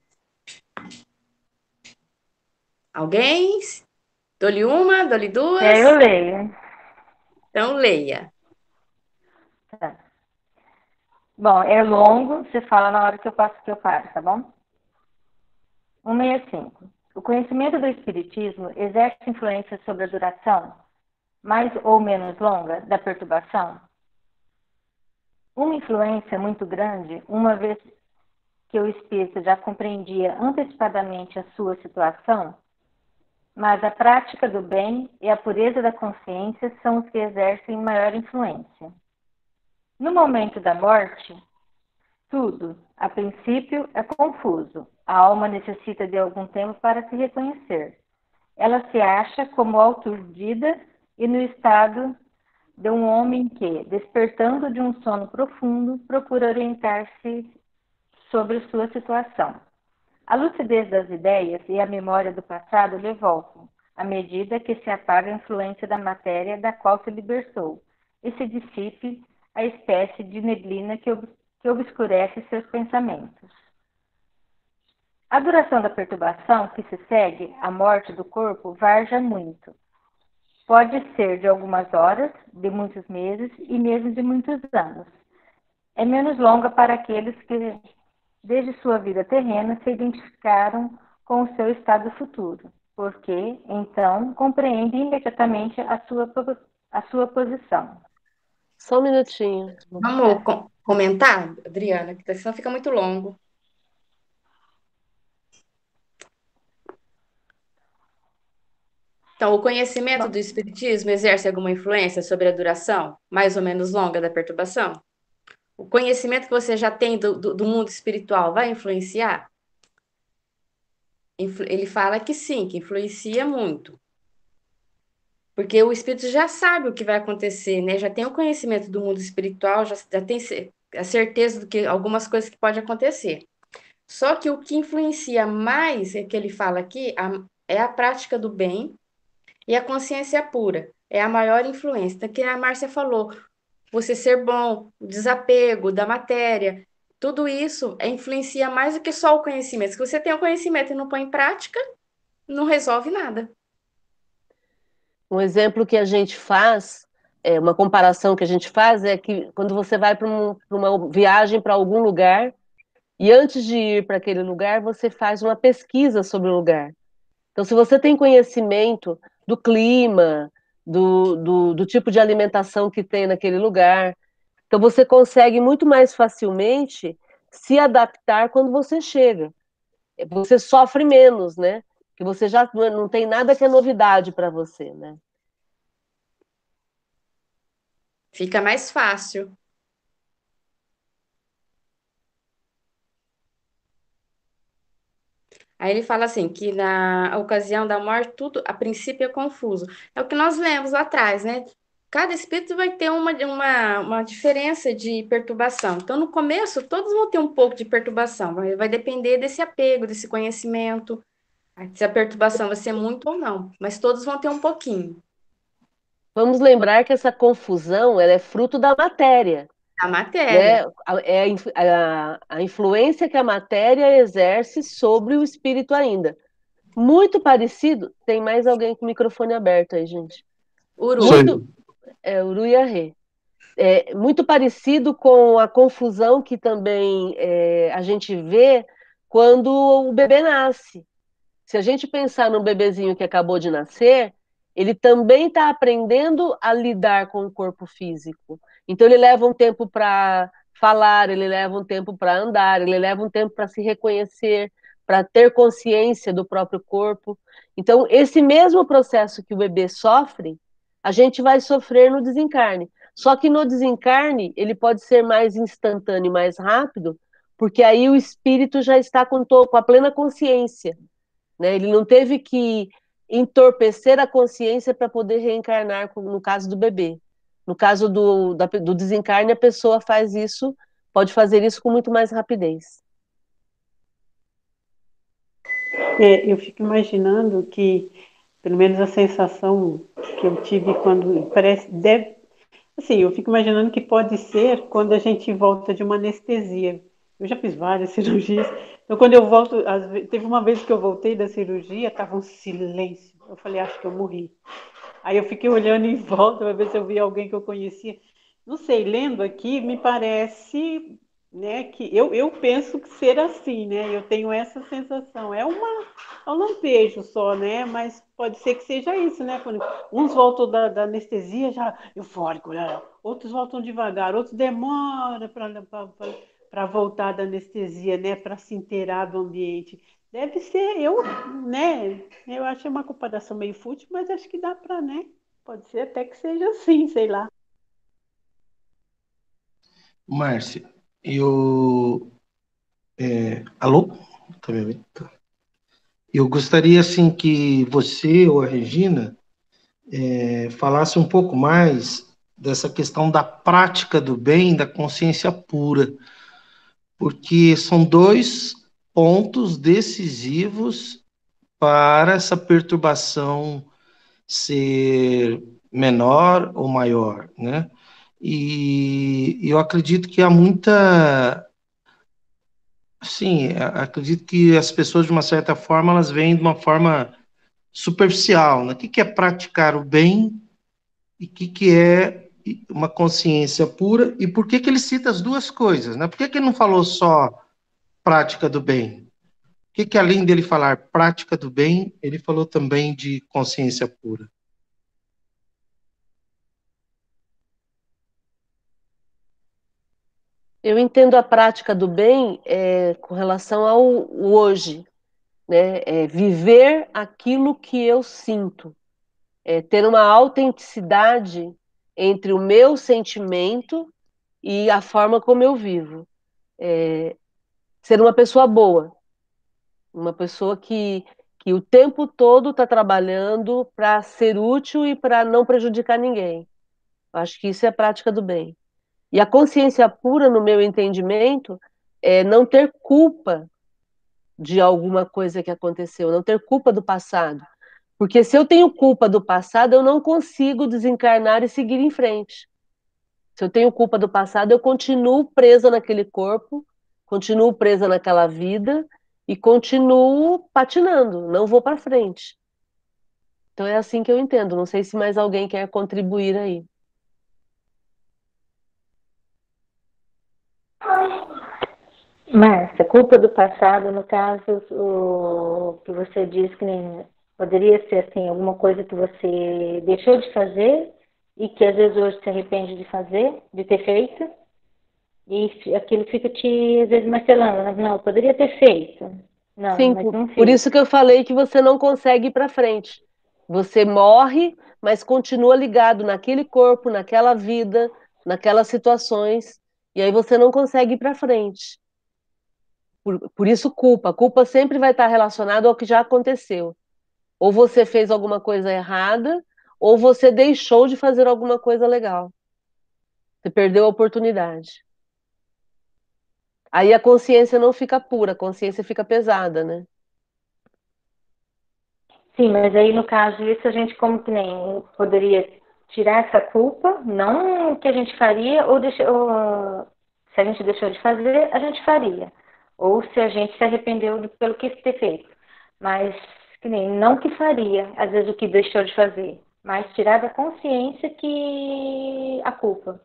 Alguém? Dou-lhe uma, dou-lhe duas? É, eu leio. Então, leia. Tá. Bom, é longo, você fala na hora que eu passo que eu paro, tá bom? cento e sessenta e cinco. O conhecimento do Espiritismo exerce influência sobre a duração, mais ou menos longa, da perturbação? Uma influência muito grande, uma vez que o espírito já compreendia antecipadamente a sua situação, mas a prática do bem e a pureza da consciência são os que exercem maior influência. No momento da morte, tudo, a princípio, é confuso. A alma necessita de algum tempo para se reconhecer. Ela se acha como aturdida e no estado de um homem que, despertando de um sono profundo, procura orientar-se sobre sua situação. A lucidez das ideias e a memória do passado lhe voltam, à medida que se apaga a influência da matéria da qual se libertou, e se dissipe a espécie de neblina que, ob que obscurece seus pensamentos. A duração da perturbação que se segue à morte do corpo varja muito. Pode ser de algumas horas, de muitos meses e mesmo de muitos anos. É menos longa para aqueles que, desde sua vida terrena, se identificaram com o seu estado futuro, porque, então, compreendem imediatamente a sua, a sua posição. Só um minutinho. Vamos com comentar, Adriana, que senão fica muito longo. Então, o conhecimento do Espiritismo exerce alguma influência sobre a duração, mais ou menos longa, da perturbação? O conhecimento que você já tem do, do, do mundo espiritual vai influenciar? Influ ele fala que sim, que influencia muito. Porque o espírito já sabe o que vai acontecer, né? Já tem o conhecimento do mundo espiritual, já, já tem a certeza do que algumas coisas que podem acontecer. Só que o que influencia mais, é que ele fala aqui, a, é a prática do bem e a consciência pura. É a maior influência. Então, que a Márcia falou, você ser bom, o desapego da matéria, tudo isso é, influencia mais do que só o conhecimento. Se você tem o conhecimento e não põe em prática, não resolve nada. Um exemplo que a gente faz, é, uma comparação que a gente faz é que quando você vai para um, uma viagem para algum lugar e antes de ir para aquele lugar, você faz uma pesquisa sobre o lugar. Então, se você tem conhecimento do clima, do, do, do tipo de alimentação que tem naquele lugar. Então, você consegue muito mais facilmente se adaptar quando você chega. Você sofre menos, né? Porque você já não tem nada que é novidade para você, né? Fica mais fácil. Aí ele fala assim, que na ocasião da morte, tudo, a princípio, é confuso. É o que nós lemos lá atrás, né? Cada espírito vai ter uma, uma, uma diferença de perturbação. Então, no começo, todos vão ter um pouco de perturbação. Vai, vai depender desse apego, desse conhecimento, se a perturbação vai ser muito ou não. Mas todos vão ter um pouquinho. Vamos lembrar que essa confusão ela é fruto da matéria. A matéria. Né? É a, a, a influência que a matéria exerce sobre o espírito ainda. Muito parecido. Tem mais alguém com o microfone aberto aí, gente. Uru. Muito, é, Uru e a Rê. É, muito parecido com a confusão que também é, a gente vê quando o bebê nasce. Se a gente pensar num bebezinho que acabou de nascer, ele também está aprendendo a lidar com o corpo físico. Então, ele leva um tempo para falar, ele leva um tempo para andar, ele leva um tempo para se reconhecer, para ter consciência do próprio corpo. Então, esse mesmo processo que o bebê sofre, a gente vai sofrer no desencarne. Só que no desencarne, ele pode ser mais instantâneo, mais rápido, porque aí o espírito já está com, com a plena consciência. Né? Ele não teve que entorpecer a consciência para poder reencarnar, no caso do bebê. No caso do, da, do desencarne, a pessoa faz isso, pode fazer isso com muito mais rapidez. É, eu fico imaginando que, pelo menos a sensação que eu tive quando parece, deve, assim, eu fico imaginando que pode ser quando a gente volta de uma anestesia. Eu já fiz várias cirurgias, então quando eu volto, às vezes, teve uma vez que eu voltei da cirurgia, estava um silêncio. Eu falei, acho que eu morri. Aí eu fiquei olhando em volta para ver se eu via alguém que eu conhecia. Não sei, lendo aqui, me parece, né, que eu, eu penso que ser assim, né? Eu tenho essa sensação. É uma, é um lampejo só, né? Mas pode ser que seja isso, né? Quando uns voltam da, da anestesia já eufórico, né? Outros voltam devagar, outros demoram para voltar da anestesia, né? Para se inteirar do ambiente. Deve ser, eu, né? Eu acho uma comparação meio fútil, mas acho que dá para, né? Pode ser até que seja assim, sei lá. Márcia, eu... É, alô? Tá me ouvindo? Eu gostaria, assim, que você ou a Regina é, falasse um pouco mais dessa questão da prática do bem, da consciência pura, porque são dois pontos decisivos para essa perturbação ser menor ou maior, né? E eu acredito que há muita, sim, acredito que as pessoas de uma certa forma elas veem de uma forma superficial, né? O que que é praticar o bem e o que que é uma consciência pura e por que que ele cita as duas coisas, né? Por que que ele não falou só prática do bem? Por que que além dele falar prática do bem, ele falou também de consciência pura? Eu entendo a prática do bem é, com relação ao hoje, né? É viver aquilo que eu sinto, é ter uma autenticidade entre o meu sentimento e a forma como eu vivo. É, ser uma pessoa boa, uma pessoa que, que o tempo todo está trabalhando para ser útil e para não prejudicar ninguém. Eu acho que isso é a prática do bem. E a consciência pura, no meu entendimento, é não ter culpa de alguma coisa que aconteceu, não ter culpa do passado. Porque se eu tenho culpa do passado, eu não consigo desencarnar e seguir em frente. Se eu tenho culpa do passado, eu continuo presa naquele corpo, continuo presa naquela vida e continuo patinando, não vou para frente. Então é assim que eu entendo. Não sei se mais alguém quer contribuir aí. Márcia, culpa do passado, no caso, o que você diz que nem Poderia ser, assim, alguma coisa que você deixou de fazer e que às vezes hoje se arrepende de fazer, de ter feito, e aquilo fica te, às vezes, martelando, né? Não, poderia ter feito. Não, Sim, mas por, não por fez. isso que eu falei que você não consegue ir para frente. Você morre, mas continua ligado naquele corpo, naquela vida, naquelas situações, e aí você não consegue ir para frente. Por, por isso, culpa. Culpa sempre vai estar relacionada ao que já aconteceu. Ou você fez alguma coisa errada, ou você deixou de fazer alguma coisa legal. Você perdeu a oportunidade. Aí a consciência não fica pura, a consciência fica pesada, né? Sim, mas aí no caso isso a gente como que nem poderia tirar essa culpa, não que a gente faria, ou, deixa, ou se a gente deixou de fazer, a gente faria. Ou se a gente se arrependeu de, pelo que ter feito. Mas que nem não que faria, às vezes o que deixou de fazer, mas tirar da consciência que a culpa.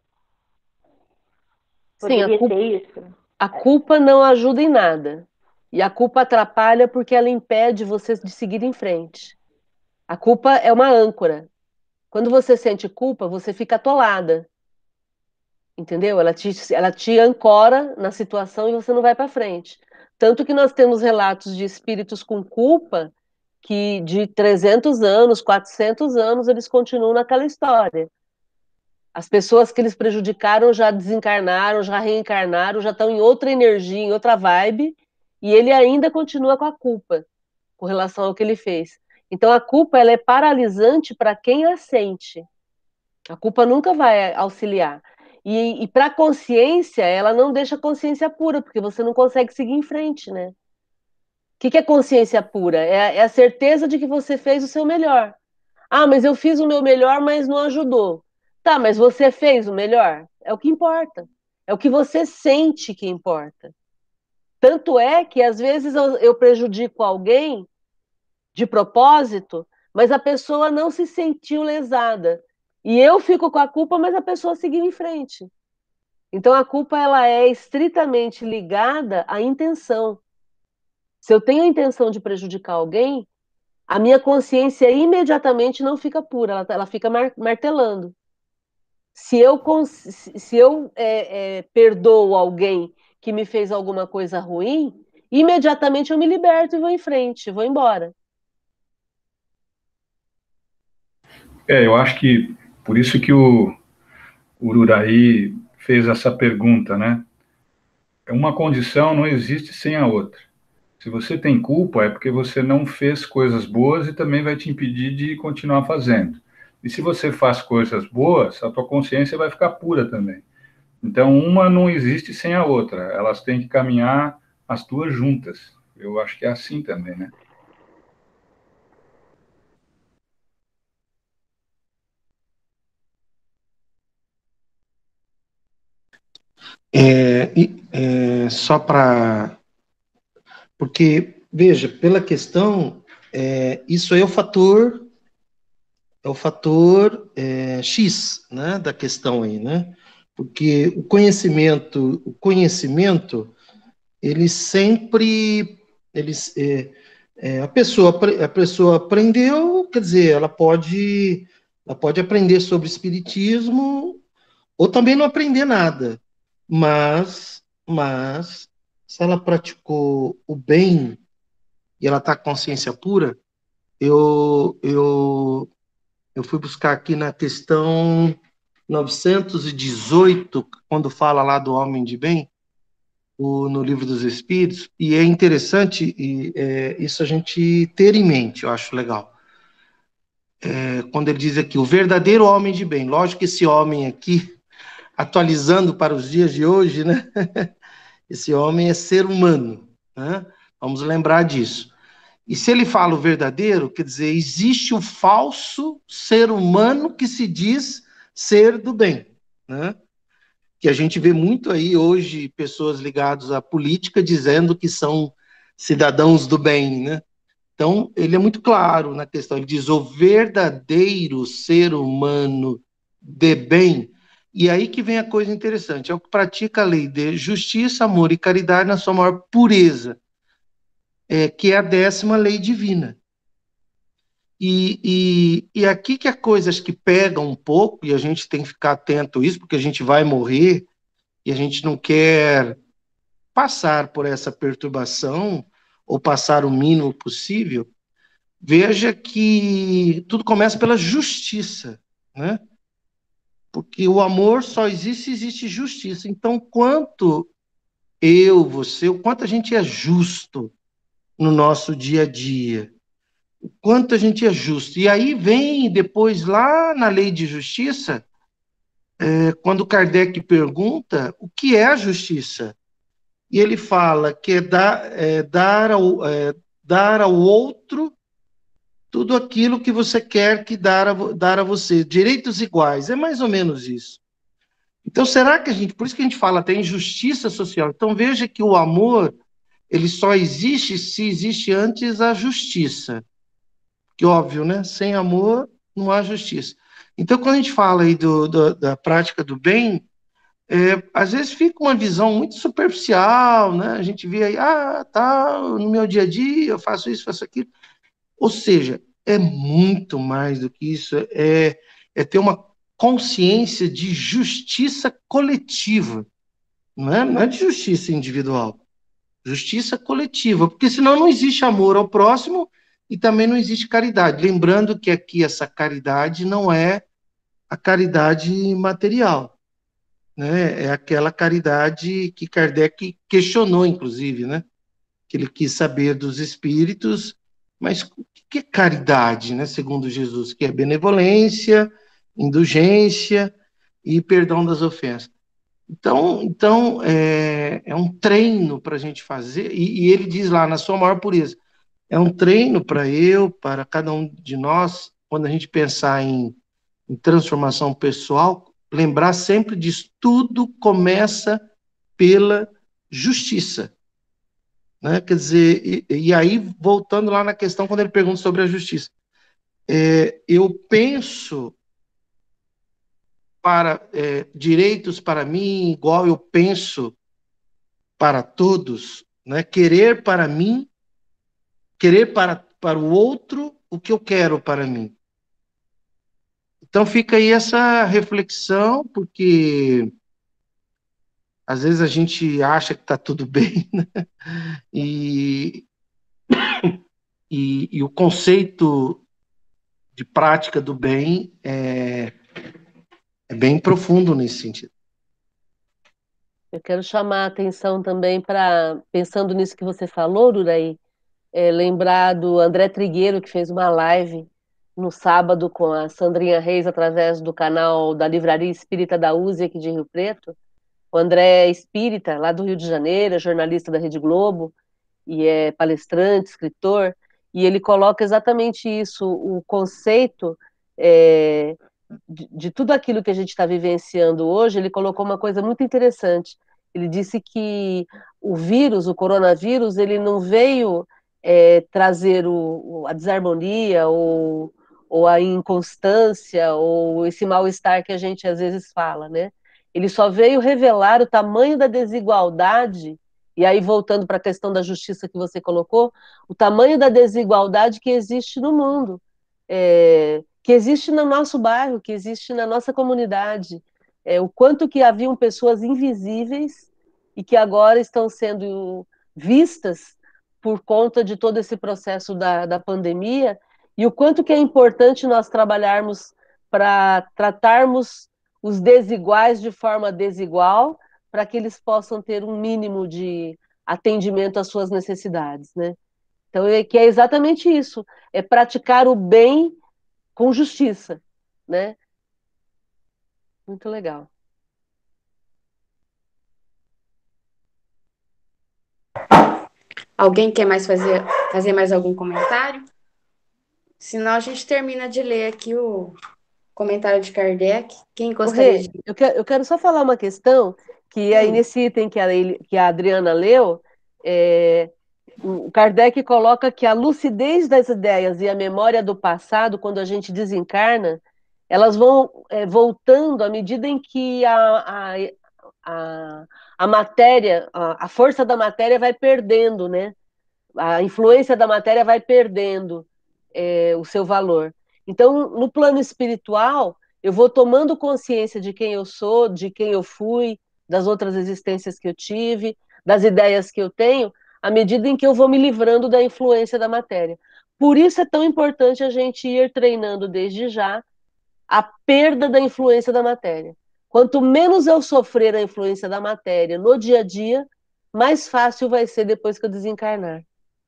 Sim, a Poderia culpa, ser isso? a culpa não ajuda em nada. E a culpa atrapalha porque ela impede você de seguir em frente. A culpa é uma âncora. Quando você sente culpa, você fica atolada. Entendeu? Ela te, ela te ancora na situação e você não vai para frente. Tanto que nós temos relatos de espíritos com culpa que de trezentos anos, quatrocentos anos, eles continuam naquela história. As pessoas que eles prejudicaram já desencarnaram, já reencarnaram, já estão em outra energia, em outra vibe, e ele ainda continua com a culpa com relação ao que ele fez. Então a culpa ela é paralisante para quem a sente. A culpa nunca vai auxiliar. E, e para a consciência, ela não deixa a consciência pura, porque você não consegue seguir em frente, né? O que, que é consciência pura? É, é a certeza de que você fez o seu melhor. Ah, mas eu fiz o meu melhor, mas não ajudou. Tá, mas você fez o melhor? É o que importa. É o que você sente que importa. Tanto é que, às vezes, eu, eu prejudico alguém de propósito, mas a pessoa não se sentiu lesada. E eu fico com a culpa, mas a pessoa seguiu em frente. Então, a culpa ela é estritamente ligada à intenção. Se eu tenho a intenção de prejudicar alguém, a minha consciência imediatamente não fica pura, ela, ela fica mar, martelando. Se eu, se eu é, é, perdoo alguém que me fez alguma coisa ruim, imediatamente eu me liberto e vou em frente, vou embora. É, eu acho que por isso que o, o Ururaí fez essa pergunta, né? Uma condição não existe sem a outra. Se você tem culpa, é porque você não fez coisas boas e também vai te impedir de continuar fazendo. E se você faz coisas boas, a tua consciência vai ficar pura também. Então, uma não existe sem a outra. Elas têm que caminhar as duas juntas. Eu acho que é assim também, né? É, é, só para... Porque, veja, pela questão, é, isso aí é o fator, é o fator é, X, né, da questão aí, né? Porque o conhecimento, o conhecimento, ele sempre, ele, é, é, a pessoa, a pessoa aprendeu, quer dizer, ela pode, ela pode aprender sobre espiritismo ou também não aprender nada, mas, mas se ela praticou o bem e ela está com consciência pura, eu, eu, eu fui buscar aqui na questão novecentos e dezoito, quando fala lá do homem de bem, o, no Livro dos Espíritos, e é interessante e, é, isso a gente ter em mente, eu acho legal. É, quando ele diz aqui, o verdadeiro homem de bem, lógico que esse homem aqui, atualizando para os dias de hoje, né? Esse homem é ser humano, né? Vamos lembrar disso. E se ele fala o verdadeiro, quer dizer, existe o falso ser humano que se diz ser do bem, né? Que a gente vê muito aí hoje pessoas ligadas à política dizendo que são cidadãos do bem, né? Então, ele é muito claro na questão, ele diz o verdadeiro ser humano de bem. E aí que vem a coisa interessante, é o que pratica a lei de justiça, amor e caridade na sua maior pureza, é, que é a décima lei divina. E, e, e aqui que há coisas que pegam um pouco, e a gente tem que ficar atento a isso, porque a gente vai morrer, e a gente não quer passar por essa perturbação, ou passar o mínimo possível. Veja que tudo começa pela justiça, né? Porque o amor só existe se existe justiça. Então, quanto eu, você, o quanto a gente é justo no nosso dia a dia, o quanto a gente é justo. E aí vem depois, lá na lei de justiça, é, quando Kardec pergunta o que é a justiça. E ele fala que é dar, é, dar, ao, é, dar ao outro tudo aquilo que você quer que dar a, dar a você, direitos iguais, é mais ou menos isso. Então, será que a gente, por isso que a gente fala até em justiça social, então veja que o amor, ele só existe se existe antes a justiça, que óbvio, né, sem amor não há justiça. Então, quando a gente fala aí do, do, da prática do bem, é, às vezes fica uma visão muito superficial, né, a gente vê aí, ah, tá, no meu dia a dia eu faço isso, faço aquilo. Ou seja, é muito mais do que isso, é, é ter uma consciência de justiça coletiva, não é, não é de justiça individual, justiça coletiva, porque senão não existe amor ao próximo e também não existe caridade. Lembrando que aqui essa caridade não é a caridade material, né? É aquela caridade que Kardec questionou, inclusive, né? Que ele quis saber dos espíritos, mas o que é caridade, né, segundo Jesus? Que é benevolência, indulgência e perdão das ofensas. Então, então é, é um treino para a gente fazer, e, e ele diz lá, na sua maior pureza, é um treino para eu, para cada um de nós, quando a gente pensar em, em transformação pessoal, lembrar sempre disso, tudo começa pela justiça. Né? Quer dizer, e, e aí, voltando lá na questão, quando ele pergunta sobre a justiça, é, eu penso para é, direitos para mim, igual eu penso para todos, né? Querer para mim, querer para, para o outro o que eu quero para mim. Então fica aí essa reflexão, porque às vezes a gente acha que está tudo bem, né? e, e, e o conceito de prática do bem é, é bem profundo nesse sentido. Eu quero chamar a atenção também para, pensando nisso que você falou, Duraí, é, lembrar do André Trigueiro, que fez uma live no sábado com a Sandrinha Reis, através do canal da Livraria Espírita da U S E aqui de Rio Preto. O André é espírita, lá do Rio de Janeiro, é jornalista da Rede Globo, e é palestrante, escritor, e ele coloca exatamente isso, o conceito é, de, de tudo aquilo que a gente está vivenciando hoje. Ele colocou uma coisa muito interessante. Ele disse que o vírus, o coronavírus, ele não veio é, trazer o, a desarmonia ou, ou a inconstância ou esse mal-estar que a gente às vezes fala, né? Ele só veio revelar o tamanho da desigualdade. E aí, voltando para a questão da justiça que você colocou, o tamanho da desigualdade que existe no mundo, é, que existe no nosso bairro, que existe na nossa comunidade, é, o quanto que haviam pessoas invisíveis e que agora estão sendo vistas por conta de todo esse processo da, da pandemia, e o quanto que é importante nós trabalharmos para tratarmos os desiguais de forma desigual, para que eles possam ter um mínimo de atendimento às suas necessidades, né? Então, é que é exatamente isso, é praticar o bem com justiça, né? Muito legal. Alguém quer mais fazer, fazer mais algum comentário? Senão a gente termina de ler aqui o comentário de Kardec. Quem gostaria Rê, de... eu, quero, eu quero só falar uma questão, que aí nesse item que a, que a Adriana leu, é, o Kardec coloca que a lucidez das ideias e a memória do passado, quando a gente desencarna, elas vão é, voltando à medida em que a, a, a, a matéria, a, a força da matéria vai perdendo, né? A influência da matéria vai perdendo é, o seu valor. Então, no plano espiritual, eu vou tomando consciência de quem eu sou, de quem eu fui, das outras existências que eu tive, das ideias que eu tenho, à medida em que eu vou me livrando da influência da matéria. Por isso é tão importante a gente ir treinando desde já a perda da influência da matéria. Quanto menos eu sofrer a influência da matéria no dia a dia, mais fácil vai ser depois que eu desencarnar.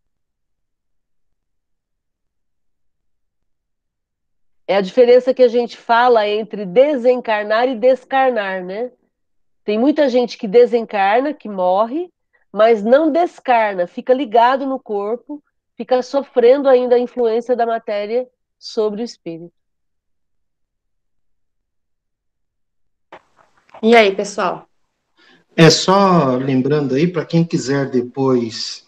É a diferença que a gente fala entre desencarnar e descarnar, né? Tem muita gente que desencarna, que morre, mas não descarna, fica ligado no corpo, fica sofrendo ainda a influência da matéria sobre o espírito. E aí, pessoal? É só lembrando aí, para quem quiser depois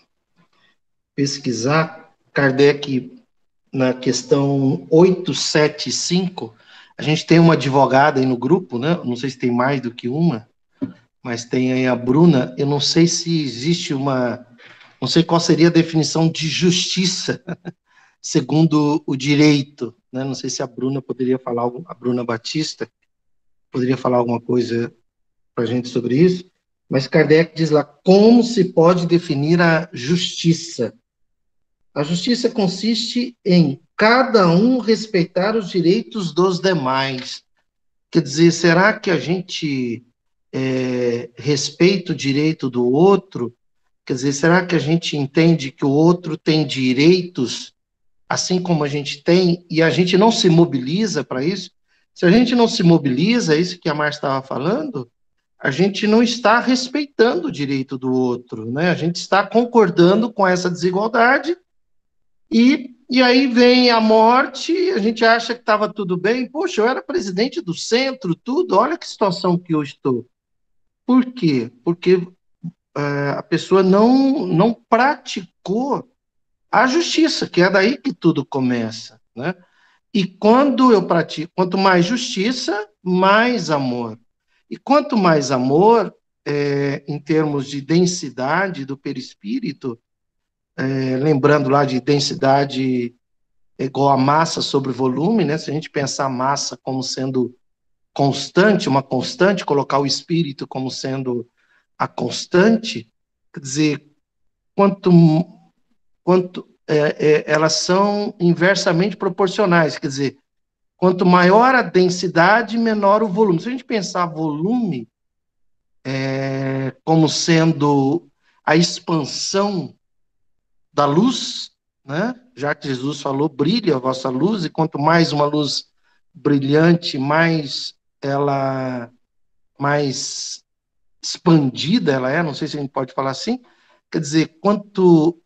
pesquisar, Kardec, na questão oitocentos e setenta e cinco, a gente tem uma advogada aí no grupo, né? Não sei se tem mais do que uma, mas tem aí a Bruna. Eu não sei se existe uma... Não sei qual seria a definição de justiça, segundo o direito, né? Não sei se a Bruna poderia falar, a Bruna Batista, poderia falar alguma coisa para a gente sobre isso, mas Kardec diz lá, como se pode definir a justiça? A justiça consiste em cada um respeitar os direitos dos demais. Quer dizer, será que a gente é, respeita o direito do outro? Quer dizer, será que a gente entende que o outro tem direitos, assim como a gente tem, e a gente não se mobiliza para isso? Se a gente não se mobiliza, é isso que a Márcia estava falando, a gente não está respeitando o direito do outro, né? A gente está concordando com essa desigualdade, e, e aí vem a morte, a gente acha que estava tudo bem. Poxa, eu era presidente do centro, tudo, olha que situação que eu estou. Por quê? Porque uh, a pessoa não, não praticou a justiça, que é daí que tudo começa, né? E quando eu pratico, quanto mais justiça, mais amor. E quanto mais amor, é, em termos de densidade do perispírito, é, lembrando lá de densidade igual a massa sobre volume, né? Se a gente pensar a massa como sendo constante, uma constante, colocar o espírito como sendo a constante, quer dizer, quanto, quanto é, é, elas são inversamente proporcionais, quer dizer, quanto maior a densidade, menor o volume. Se a gente pensar volume é, como sendo a expansão da luz, né? Já que Jesus falou, brilha a vossa luz, e quanto mais uma luz brilhante, mais ela, mais expandida ela é, não sei se a gente pode falar assim, quer dizer, quanto,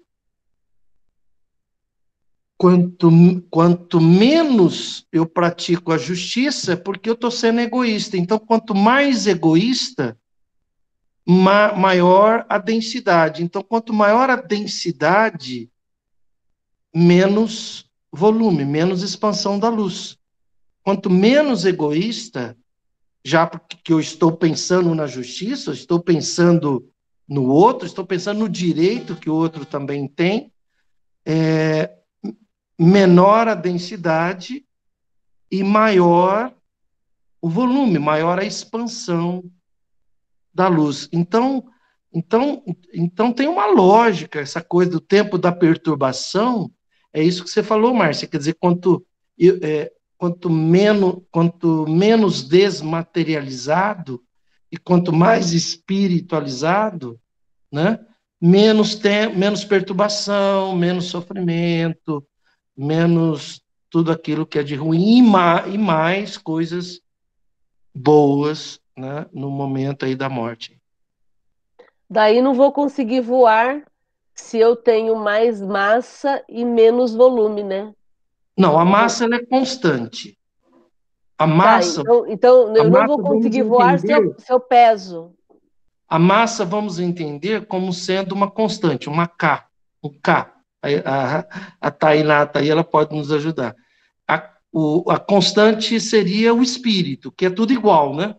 quanto, quanto menos eu pratico a justiça, porque eu estou sendo egoísta. Então, quanto mais egoísta, ma, maior a densidade. Então, quanto maior a densidade, menos volume, menos expansão da luz. Quanto menos egoísta, já porque eu estou pensando na justiça, estou pensando no outro, estou pensando no direito que o outro também tem, é, menor a densidade e maior o volume, maior a expansão da luz. Então, então, então tem uma lógica, essa coisa do tempo da perturbação, é isso que você falou, Márcia, quer dizer, quanto, é, quanto, menos, quanto menos desmaterializado e quanto mais espiritualizado, né, menos, tem, menos perturbação, menos sofrimento, menos tudo aquilo que é de ruim, e mais, e mais coisas boas, né, no momento aí da morte. Daí não vou conseguir voar se eu tenho mais massa e menos volume, né? Não, a massa ela é constante. A massa... Tá, então, então eu não vou massa, conseguir voar se eu, se eu peso. A massa vamos entender como sendo uma constante, uma K, um K. A, a, a Tainata aí, ela pode nos ajudar. A, o, a constante seria o espírito, que é tudo igual, né?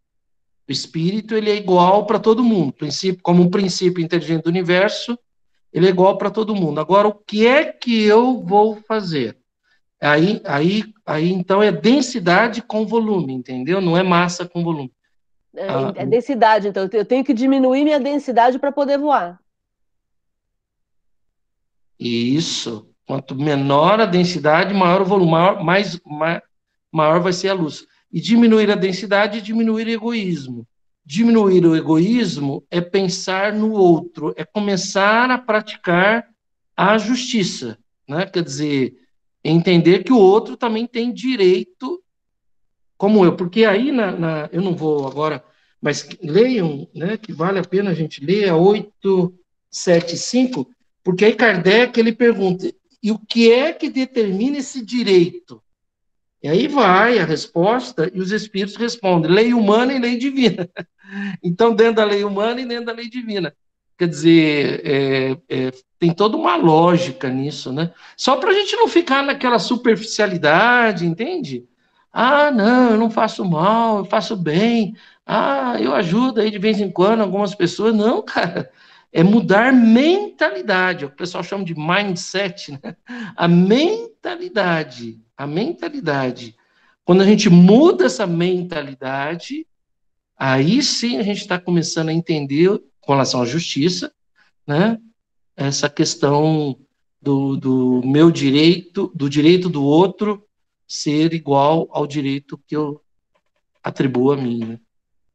O espírito, ele é igual para todo mundo. Princípio, como um princípio inteligente do universo, ele é igual para todo mundo. Agora, o que é que eu vou fazer? Aí, aí, aí, então, é densidade com volume, entendeu? Não é massa com volume. É, Ah, é densidade, então. Eu tenho que diminuir minha densidade para poder voar. isso. Quanto menor a densidade, maior o volume, maior, mais, ma- maior vai ser a luz. E diminuir a densidade e diminuir o egoísmo. Diminuir o egoísmo é pensar no outro, é começar a praticar a justiça, né? Quer dizer, entender que o outro também tem direito como eu, porque aí na, na- eu não vou agora, mas leiam, né, que vale a pena a gente ler a oito sete cinco, porque aí Kardec ele pergunta, e o que é que determina esse direito? E aí vai a resposta, e os espíritos respondem, lei humana e lei divina. Então, dentro da lei humana e dentro da lei divina. Quer dizer, é, é, tem toda uma lógica nisso, né? Só para a gente não ficar naquela superficialidade, entende? Ah, não, eu não faço mal, eu faço bem. Ah, eu ajudo aí de vez em quando algumas pessoas. Não, cara, é mudar mentalidade, é o que o pessoal chama de mindset, né? A mentalidade, a mentalidade. Quando a gente muda essa mentalidade, aí sim a gente está começando a entender, com relação à justiça, né, essa questão do, do meu direito, do direito do outro ser igual ao direito que eu atribuo a mim. Né?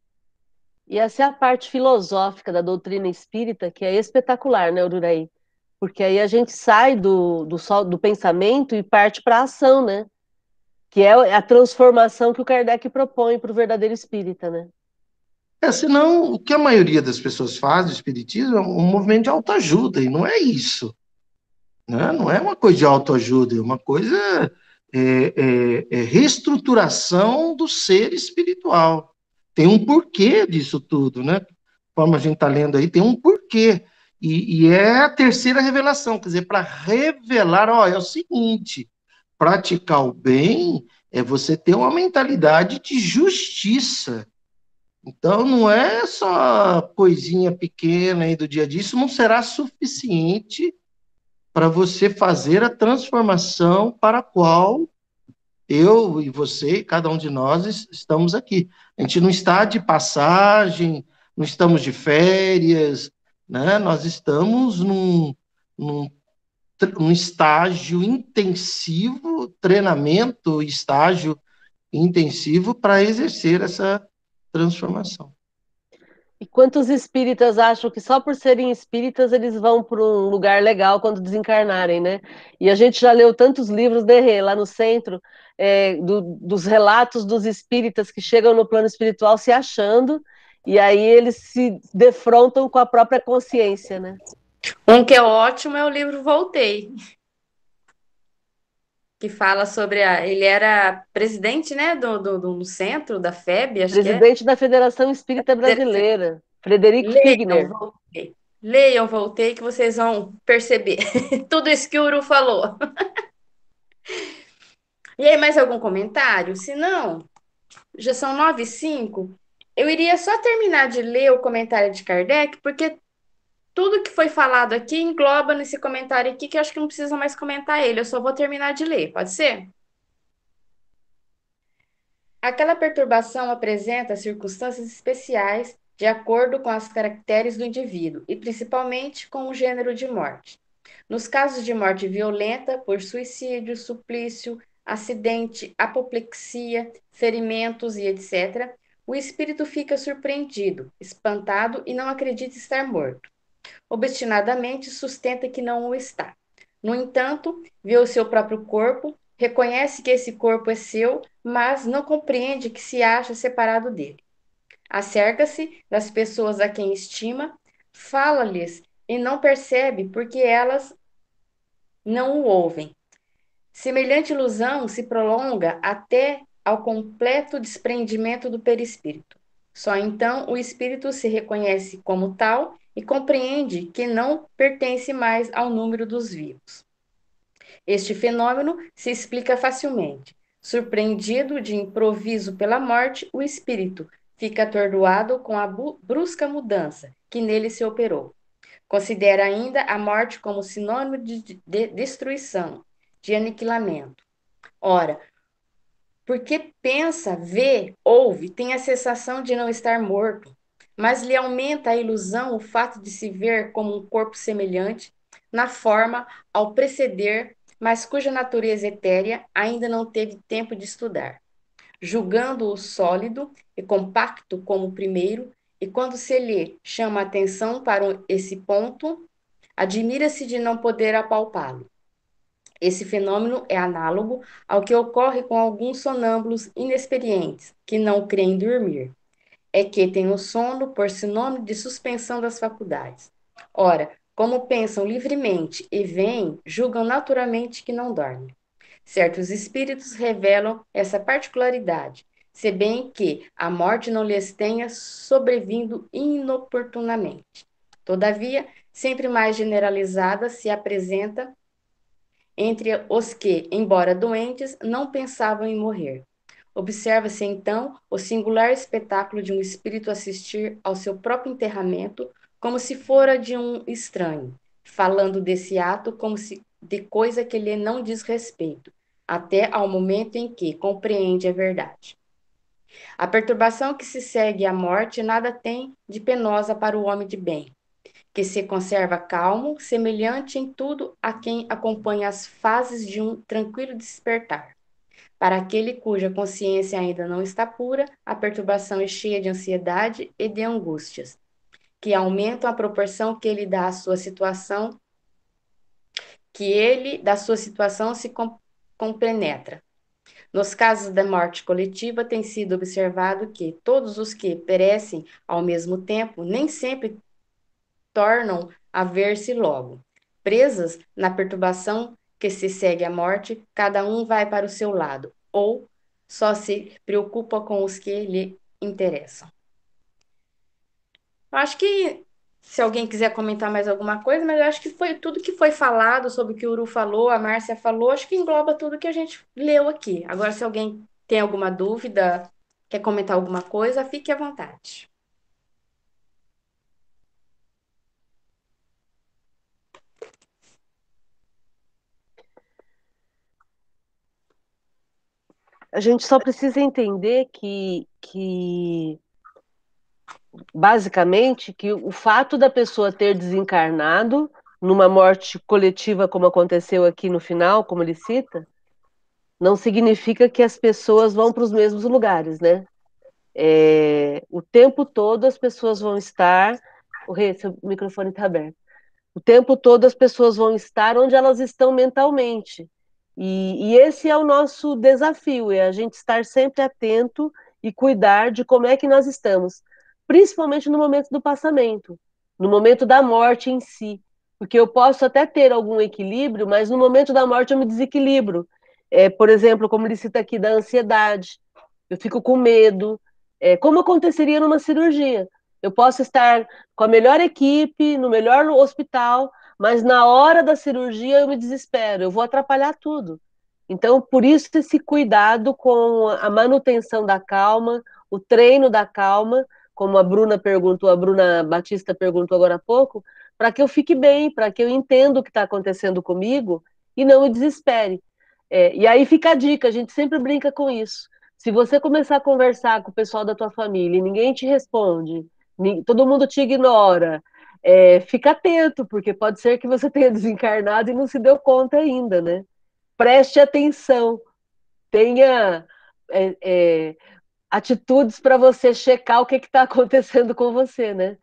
E essa é a parte filosófica da doutrina espírita, que é espetacular, né, Ururaí? Porque aí a gente sai do, do, só, do pensamento e parte para a ação, né? Que é a transformação que o Kardec propõe para o verdadeiro espírita, né? É, senão, o que a maioria das pessoas faz do espiritismo é um movimento de autoajuda, e não é isso. Né? Não é uma coisa de autoajuda, é uma coisa, é, é, é reestruturação do ser espiritual. Tem um porquê disso tudo, né? Como a gente está lendo aí, tem um porquê. E, e é a terceira revelação, quer dizer, para revelar, ó, é o seguinte, praticar o bem é você ter uma mentalidade de justiça. Então, não é só coisinha pequena aí do dia a dia, isso não será suficiente para você fazer a transformação para a qual eu e você, e cada um de nós, estamos aqui. A gente não está de passagem, não estamos de férias, né? Nós estamos num, num, num estágio intensivo, treinamento, estágio intensivo para exercer essa transformação. E quantos espíritas acham que só por serem espíritas eles vão para um lugar legal quando desencarnarem, né? E a gente já leu tantos livros de Rê, lá no centro, é, do, dos relatos dos espíritas que chegam no plano espiritual se achando, e aí eles se defrontam com a própria consciência, né? Um que é ótimo é o livro Voltei, que fala sobre a. Ele era presidente, né, do, do, do centro da F E B, acho que é. Presidente da Federação Espírita Brasileira, Frederico Leiam, Figner. Voltei. Leiam, Voltei, que vocês vão perceber tudo isso que o Uru falou. E aí, mais algum comentário? Se não, já são nove e cinco. Eu iria só terminar de ler o comentário de Kardec, porque tudo que foi falado aqui engloba nesse comentário aqui, que eu acho que não precisa mais comentar ele. Eu só vou terminar de ler, pode ser? Aquela perturbação apresenta circunstâncias especiais de acordo com as caracteres do indivíduo e principalmente com o gênero de morte. Nos casos de morte violenta por suicídio, suplício, acidente, apoplexia, ferimentos e etcétera, o espírito fica surpreendido, espantado e não acredita estar morto. Obstinadamente sustenta que não o está. No entanto, vê o seu próprio corpo, reconhece que esse corpo é seu, mas não compreende que se acha separado dele. Acerca-se das pessoas a quem estima, fala-lhes e não percebe porque elas não o ouvem. Semelhante ilusão se prolonga até ao completo desprendimento do perispírito. Só então o espírito se reconhece como tal e compreende que não pertence mais ao número dos vivos. Este fenômeno se explica facilmente. Surpreendido de improviso pela morte, o espírito fica atordoado com a brusca mudança que nele se operou. Considera ainda a morte como sinônimo de, de destruição, de aniquilamento. Ora, porque pensa, vê, ouve, tem a sensação de não estar morto, mas lhe aumenta a ilusão o fato de se ver como um corpo semelhante, na forma, ao preceder, mas cuja natureza etérea ainda não teve tempo de estudar, julgando-o sólido e compacto como o primeiro, e quando se lhe chama a atenção para esse ponto, admira-se de não poder apalpá-lo. Esse fenômeno é análogo ao que ocorre com alguns sonâmbulos inexperientes, que não creem dormir. É que têm o sono por sinônimo de suspensão das faculdades. Ora, como pensam livremente e veem, julgam naturalmente que não dormem. Certos espíritos revelam essa particularidade, se bem que a morte não lhes tenha sobrevindo inoportunamente. Todavia, sempre mais generalizada se apresenta entre os que, embora doentes, não pensavam em morrer. Observa-se, então, o singular espetáculo de um espírito assistir ao seu próprio enterramento como se fora de um estranho, falando desse ato como se de coisa que lhe não diz respeito, até ao momento em que compreende a verdade. A perturbação que se segue à morte nada tem de penosa para o homem de bem, que se conserva calmo, semelhante em tudo a quem acompanha as fases de um tranquilo despertar. Para aquele cuja consciência ainda não está pura, a perturbação é cheia de ansiedade e de angústias, que aumentam a proporção que ele dá à sua situação, que ele, da sua situação, se compenetra. Nos casos da morte coletiva, tem sido observado que todos os que perecem ao mesmo tempo nem sempre tornam a ver-se logo. Presas na perturbação que se segue à morte, cada um vai para o seu lado, ou só se preocupa com os que lhe interessam. Eu acho que, se alguém quiser comentar mais alguma coisa, mas eu acho que foi tudo que foi falado sobre o que o Uru falou, a Márcia falou, acho que engloba tudo que a gente leu aqui. Agora, se alguém tem alguma dúvida, quer comentar alguma coisa, fique à vontade. A gente só precisa entender que, que basicamente, que o fato da pessoa ter desencarnado numa morte coletiva, como aconteceu aqui no final, como ele cita, não significa que as pessoas vão para os mesmos lugares, né? É, o tempo todo as pessoas vão estar... O Rê, seu microfone está aberto. O tempo todo as pessoas vão estar onde elas estão mentalmente. E, e esse é o nosso desafio, é a gente estar sempre atento e cuidar de como é que nós estamos, principalmente no momento do passamento, no momento da morte em si, porque eu posso até ter algum equilíbrio, mas no momento da morte eu me desequilibro. É, por exemplo, como ele cita aqui, da ansiedade, eu fico com medo, é, como aconteceria numa cirurgia. Eu posso estar com a melhor equipe, no melhor hospital, mas na hora da cirurgia eu me desespero, eu vou atrapalhar tudo. Então, por isso esse cuidado com a manutenção da calma, o treino da calma, como a Bruna perguntou, a Bruna Batista perguntou agora há pouco, para que eu fique bem, para que eu entenda o que está acontecendo comigo e não me desespere. É, e aí fica a dica, a gente sempre brinca com isso. Se você começar a conversar com o pessoal da tua família e ninguém te responde, todo mundo te ignora, é, fica atento, porque pode ser que você tenha desencarnado e não se deu conta ainda, né? Preste atenção, tenha é, é, atitudes para você checar o que está acontecendo com você, né?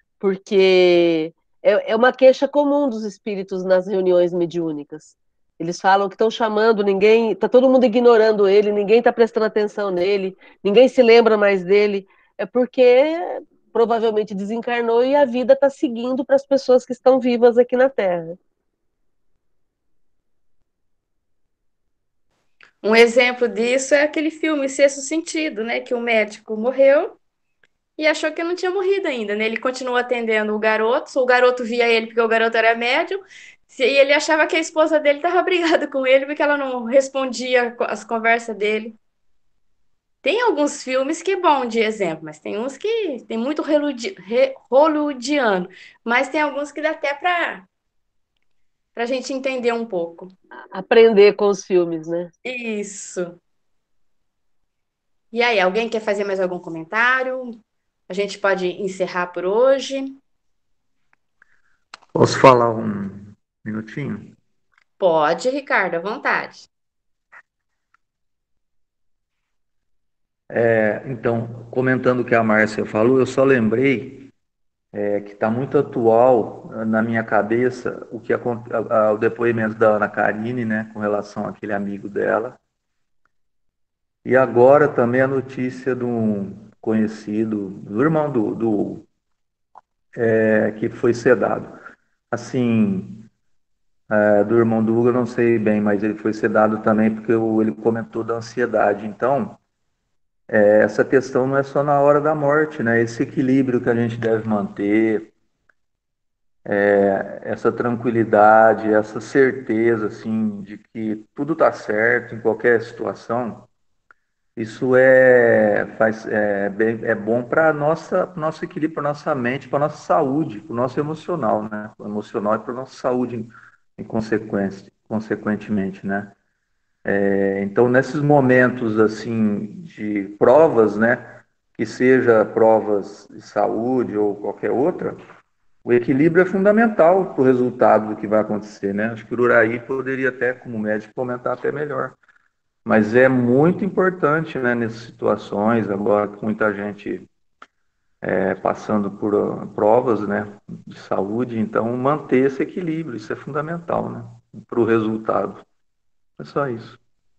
Porque é, é uma queixa comum dos espíritos nas reuniões mediúnicas. Eles falam que estão chamando, ninguém, está todo mundo ignorando ele, ninguém está prestando atenção nele, ninguém se lembra mais dele. É porque provavelmente desencarnou e a vida está seguindo para as pessoas que estão vivas aqui na Terra. Um exemplo disso é aquele filme Sexto Sentido, né? Que o médico morreu e achou que não tinha morrido ainda, né? Ele continuou atendendo o garoto, o garoto via ele porque o garoto era médium, e ele achava que a esposa dele estava brigada com ele porque ela não respondia as conversas dele. Tem alguns filmes que é bom de exemplo, mas tem uns que tem muito hollywoodi- re- hollywoodiano, mas tem alguns que dá até para para a gente entender um pouco. Aprender com os filmes, né? Isso. E aí, alguém quer fazer mais algum comentário? A gente pode encerrar por hoje? Posso falar um minutinho? Pode, Ricardo, à vontade. É, então, comentando o que a Márcia falou, eu só lembrei é, que está muito atual na minha cabeça o, que acon- a- a- o depoimento da Ana Karine, né, com relação àquele amigo dela. E agora também a notícia de um conhecido, do irmão do, do Hugo, é, que foi sedado. Assim, é, do irmão do Hugo eu não sei bem, mas ele foi sedado também porque o- ele comentou da ansiedade. Então, é, essa questão não é só na hora da morte, né? Esse equilíbrio que a gente deve manter, é, essa tranquilidade, essa certeza, assim, de que tudo está certo em qualquer situação. Isso é, faz, é, bem, é bom para nossa nosso equilíbrio, para nossa mente, para nossa saúde, para o nosso emocional, né? O emocional e para nossa saúde em, em consequência, consequentemente, né? É, então, nesses momentos assim de provas, né? Que seja provas de saúde ou qualquer outra, o equilíbrio é fundamental para o resultado do que vai acontecer, né? Acho que o Uraí poderia até, como médico, comentar até melhor. Mas é muito importante, né, nessas situações, agora com muita gente é, passando por uh, provas, né, de saúde, então manter esse equilíbrio, isso é fundamental, né, para o resultado. É só isso.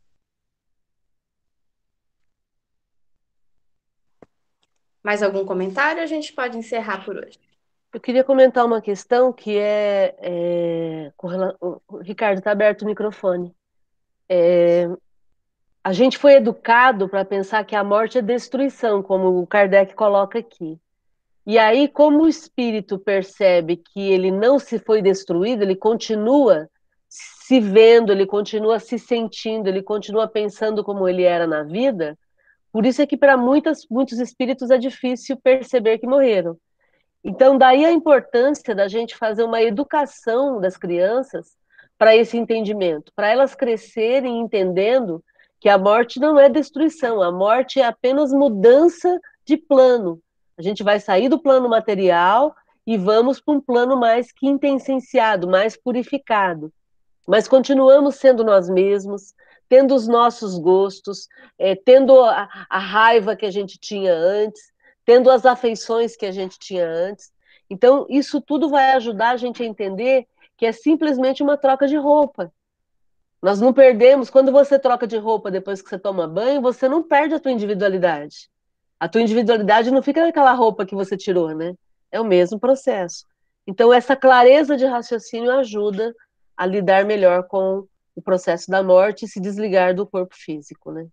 Mais algum comentário? A gente pode encerrar por hoje. Eu queria comentar uma questão que é, é com rela- o Ricardo, está aberto o microfone. É, a gente foi educado para pensar que a morte é destruição, como o Kardec coloca aqui. E aí, como o espírito percebe que ele não se foi destruído, ele continua se vendo, ele continua se sentindo, ele continua pensando como ele era na vida. Por isso é que para muitas, muitos espíritos é difícil perceber que morreram. Então, daí a importância da gente fazer uma educação das crianças para esse entendimento, para elas crescerem entendendo que a morte não é destruição, a morte é apenas mudança de plano. A gente vai sair do plano material e vamos para um plano mais quintessenciado, mais purificado. Mas continuamos sendo nós mesmos, tendo os nossos gostos, é, tendo a, a raiva que a gente tinha antes, tendo as afeições que a gente tinha antes. Então, isso tudo vai ajudar a gente a entender que é simplesmente uma troca de roupa. Nós não perdemos, quando você troca de roupa depois que você toma banho, você não perde a tua individualidade. A tua individualidade não fica naquela roupa que você tirou, né? É o mesmo processo. Então, essa clareza de raciocínio ajuda a lidar melhor com o processo da morte e se desligar do corpo físico, né?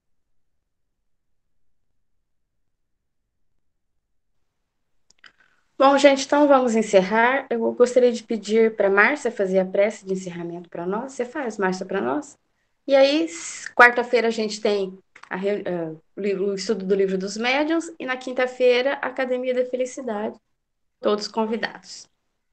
Bom, gente, então vamos encerrar. Eu gostaria de pedir para a Márcia fazer a prece de encerramento para nós. Você faz, Márcia, para nós? E aí, quarta-feira a gente tem a reu- eh, o li- o estudo do Livro dos Médiuns e na quinta-feira a Academia da Felicidade. Todos convidados.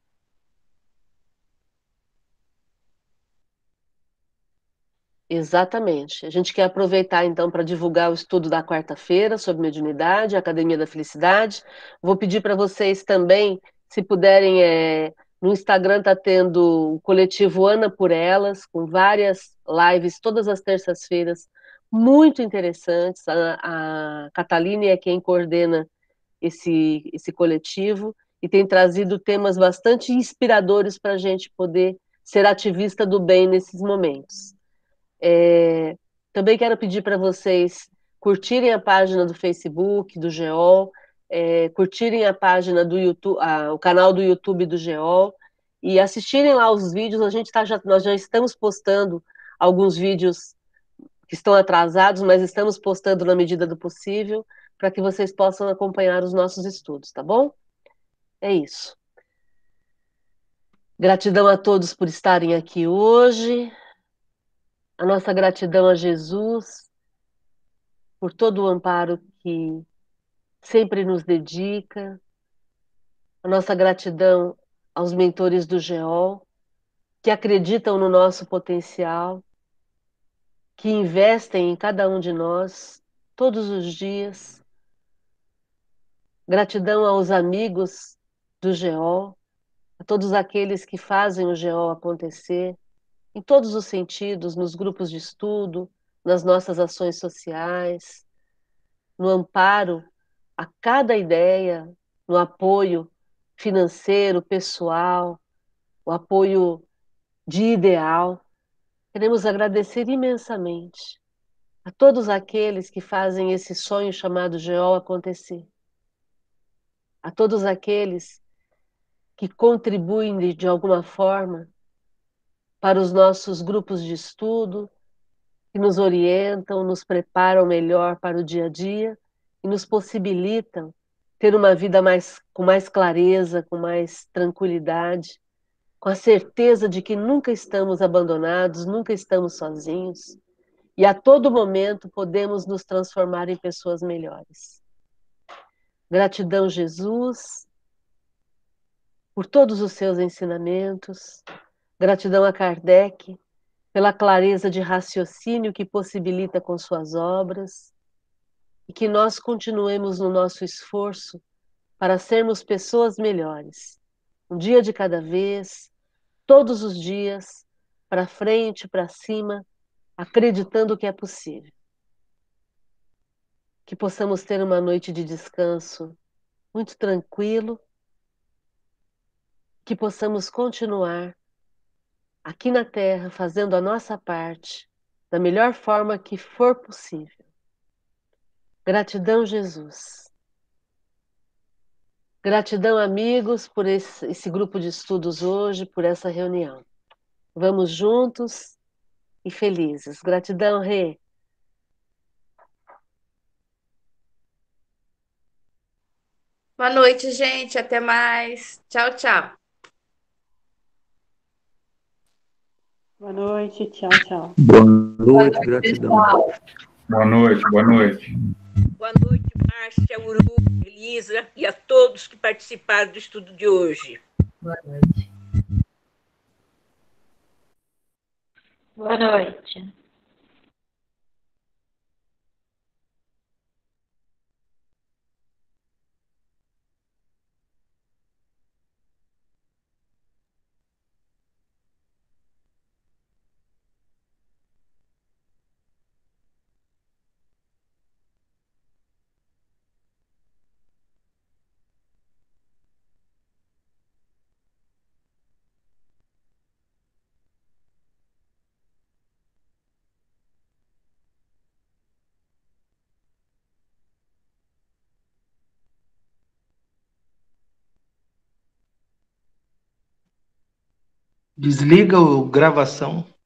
Exatamente. A gente quer aproveitar, então, para divulgar o estudo da quarta-feira sobre mediunidade, a Academia da Felicidade. Vou pedir para vocês também, se puderem, é, no Instagram está tendo o coletivo Ana por Elas, com várias lives todas as terças-feiras, muito interessantes. A, a Cataline é quem coordena esse, esse coletivo e tem trazido temas bastante inspiradores para a gente poder ser ativista do bem nesses momentos. É, também quero pedir para vocês curtirem a página do Facebook do GEOL, é, curtirem a página do YouTube, a, o canal do YouTube do GEOL e assistirem lá os vídeos. A gente tá já, nós já estamos postando alguns vídeos que estão atrasados, mas estamos postando na medida do possível para que vocês possam acompanhar os nossos estudos, tá bom? É isso. Gratidão a todos por estarem aqui hoje. A nossa gratidão a Jesus por todo o amparo que sempre nos dedica, a nossa gratidão aos mentores do GEOL, que acreditam no nosso potencial, que investem em cada um de nós todos os dias. Gratidão aos amigos do GEOL, a todos aqueles que fazem o GEOL acontecer, em todos os sentidos, nos grupos de estudo, nas nossas ações sociais, no amparo a cada ideia, no apoio financeiro, pessoal, o apoio de ideal. Queremos agradecer imensamente a todos aqueles que fazem esse sonho chamado GEOL acontecer, a todos aqueles que contribuem de, de alguma forma para os nossos grupos de estudo, que nos orientam, nos preparam melhor para o dia a dia e nos possibilitam ter uma vida mais, com mais clareza, com mais tranquilidade, com a certeza de que nunca estamos abandonados, nunca estamos sozinhos e a todo momento podemos nos transformar em pessoas melhores. Gratidão, Jesus, por todos os seus ensinamentos. Gratidão a Kardec pela clareza de raciocínio que possibilita com suas obras e que nós continuemos no nosso esforço para sermos pessoas melhores, um dia de cada vez, todos os dias, para frente, para cima, acreditando que é possível. Que possamos ter uma noite de descanso muito tranquilo, que possamos continuar aqui na Terra fazendo a nossa parte da melhor forma que for possível. Gratidão, Jesus. Gratidão, amigos, por esse, esse grupo de estudos hoje, por essa reunião. Vamos juntos e felizes. Gratidão, Rê. Boa noite, gente. Até mais. Tchau, tchau. Boa noite, tchau, tchau. Boa noite, gratidão. Boa noite, boa noite. Boa noite, Márcia, Uru, Elisa e a todos que participaram do estudo de hoje. Boa noite. Boa noite. Desliga a gravação.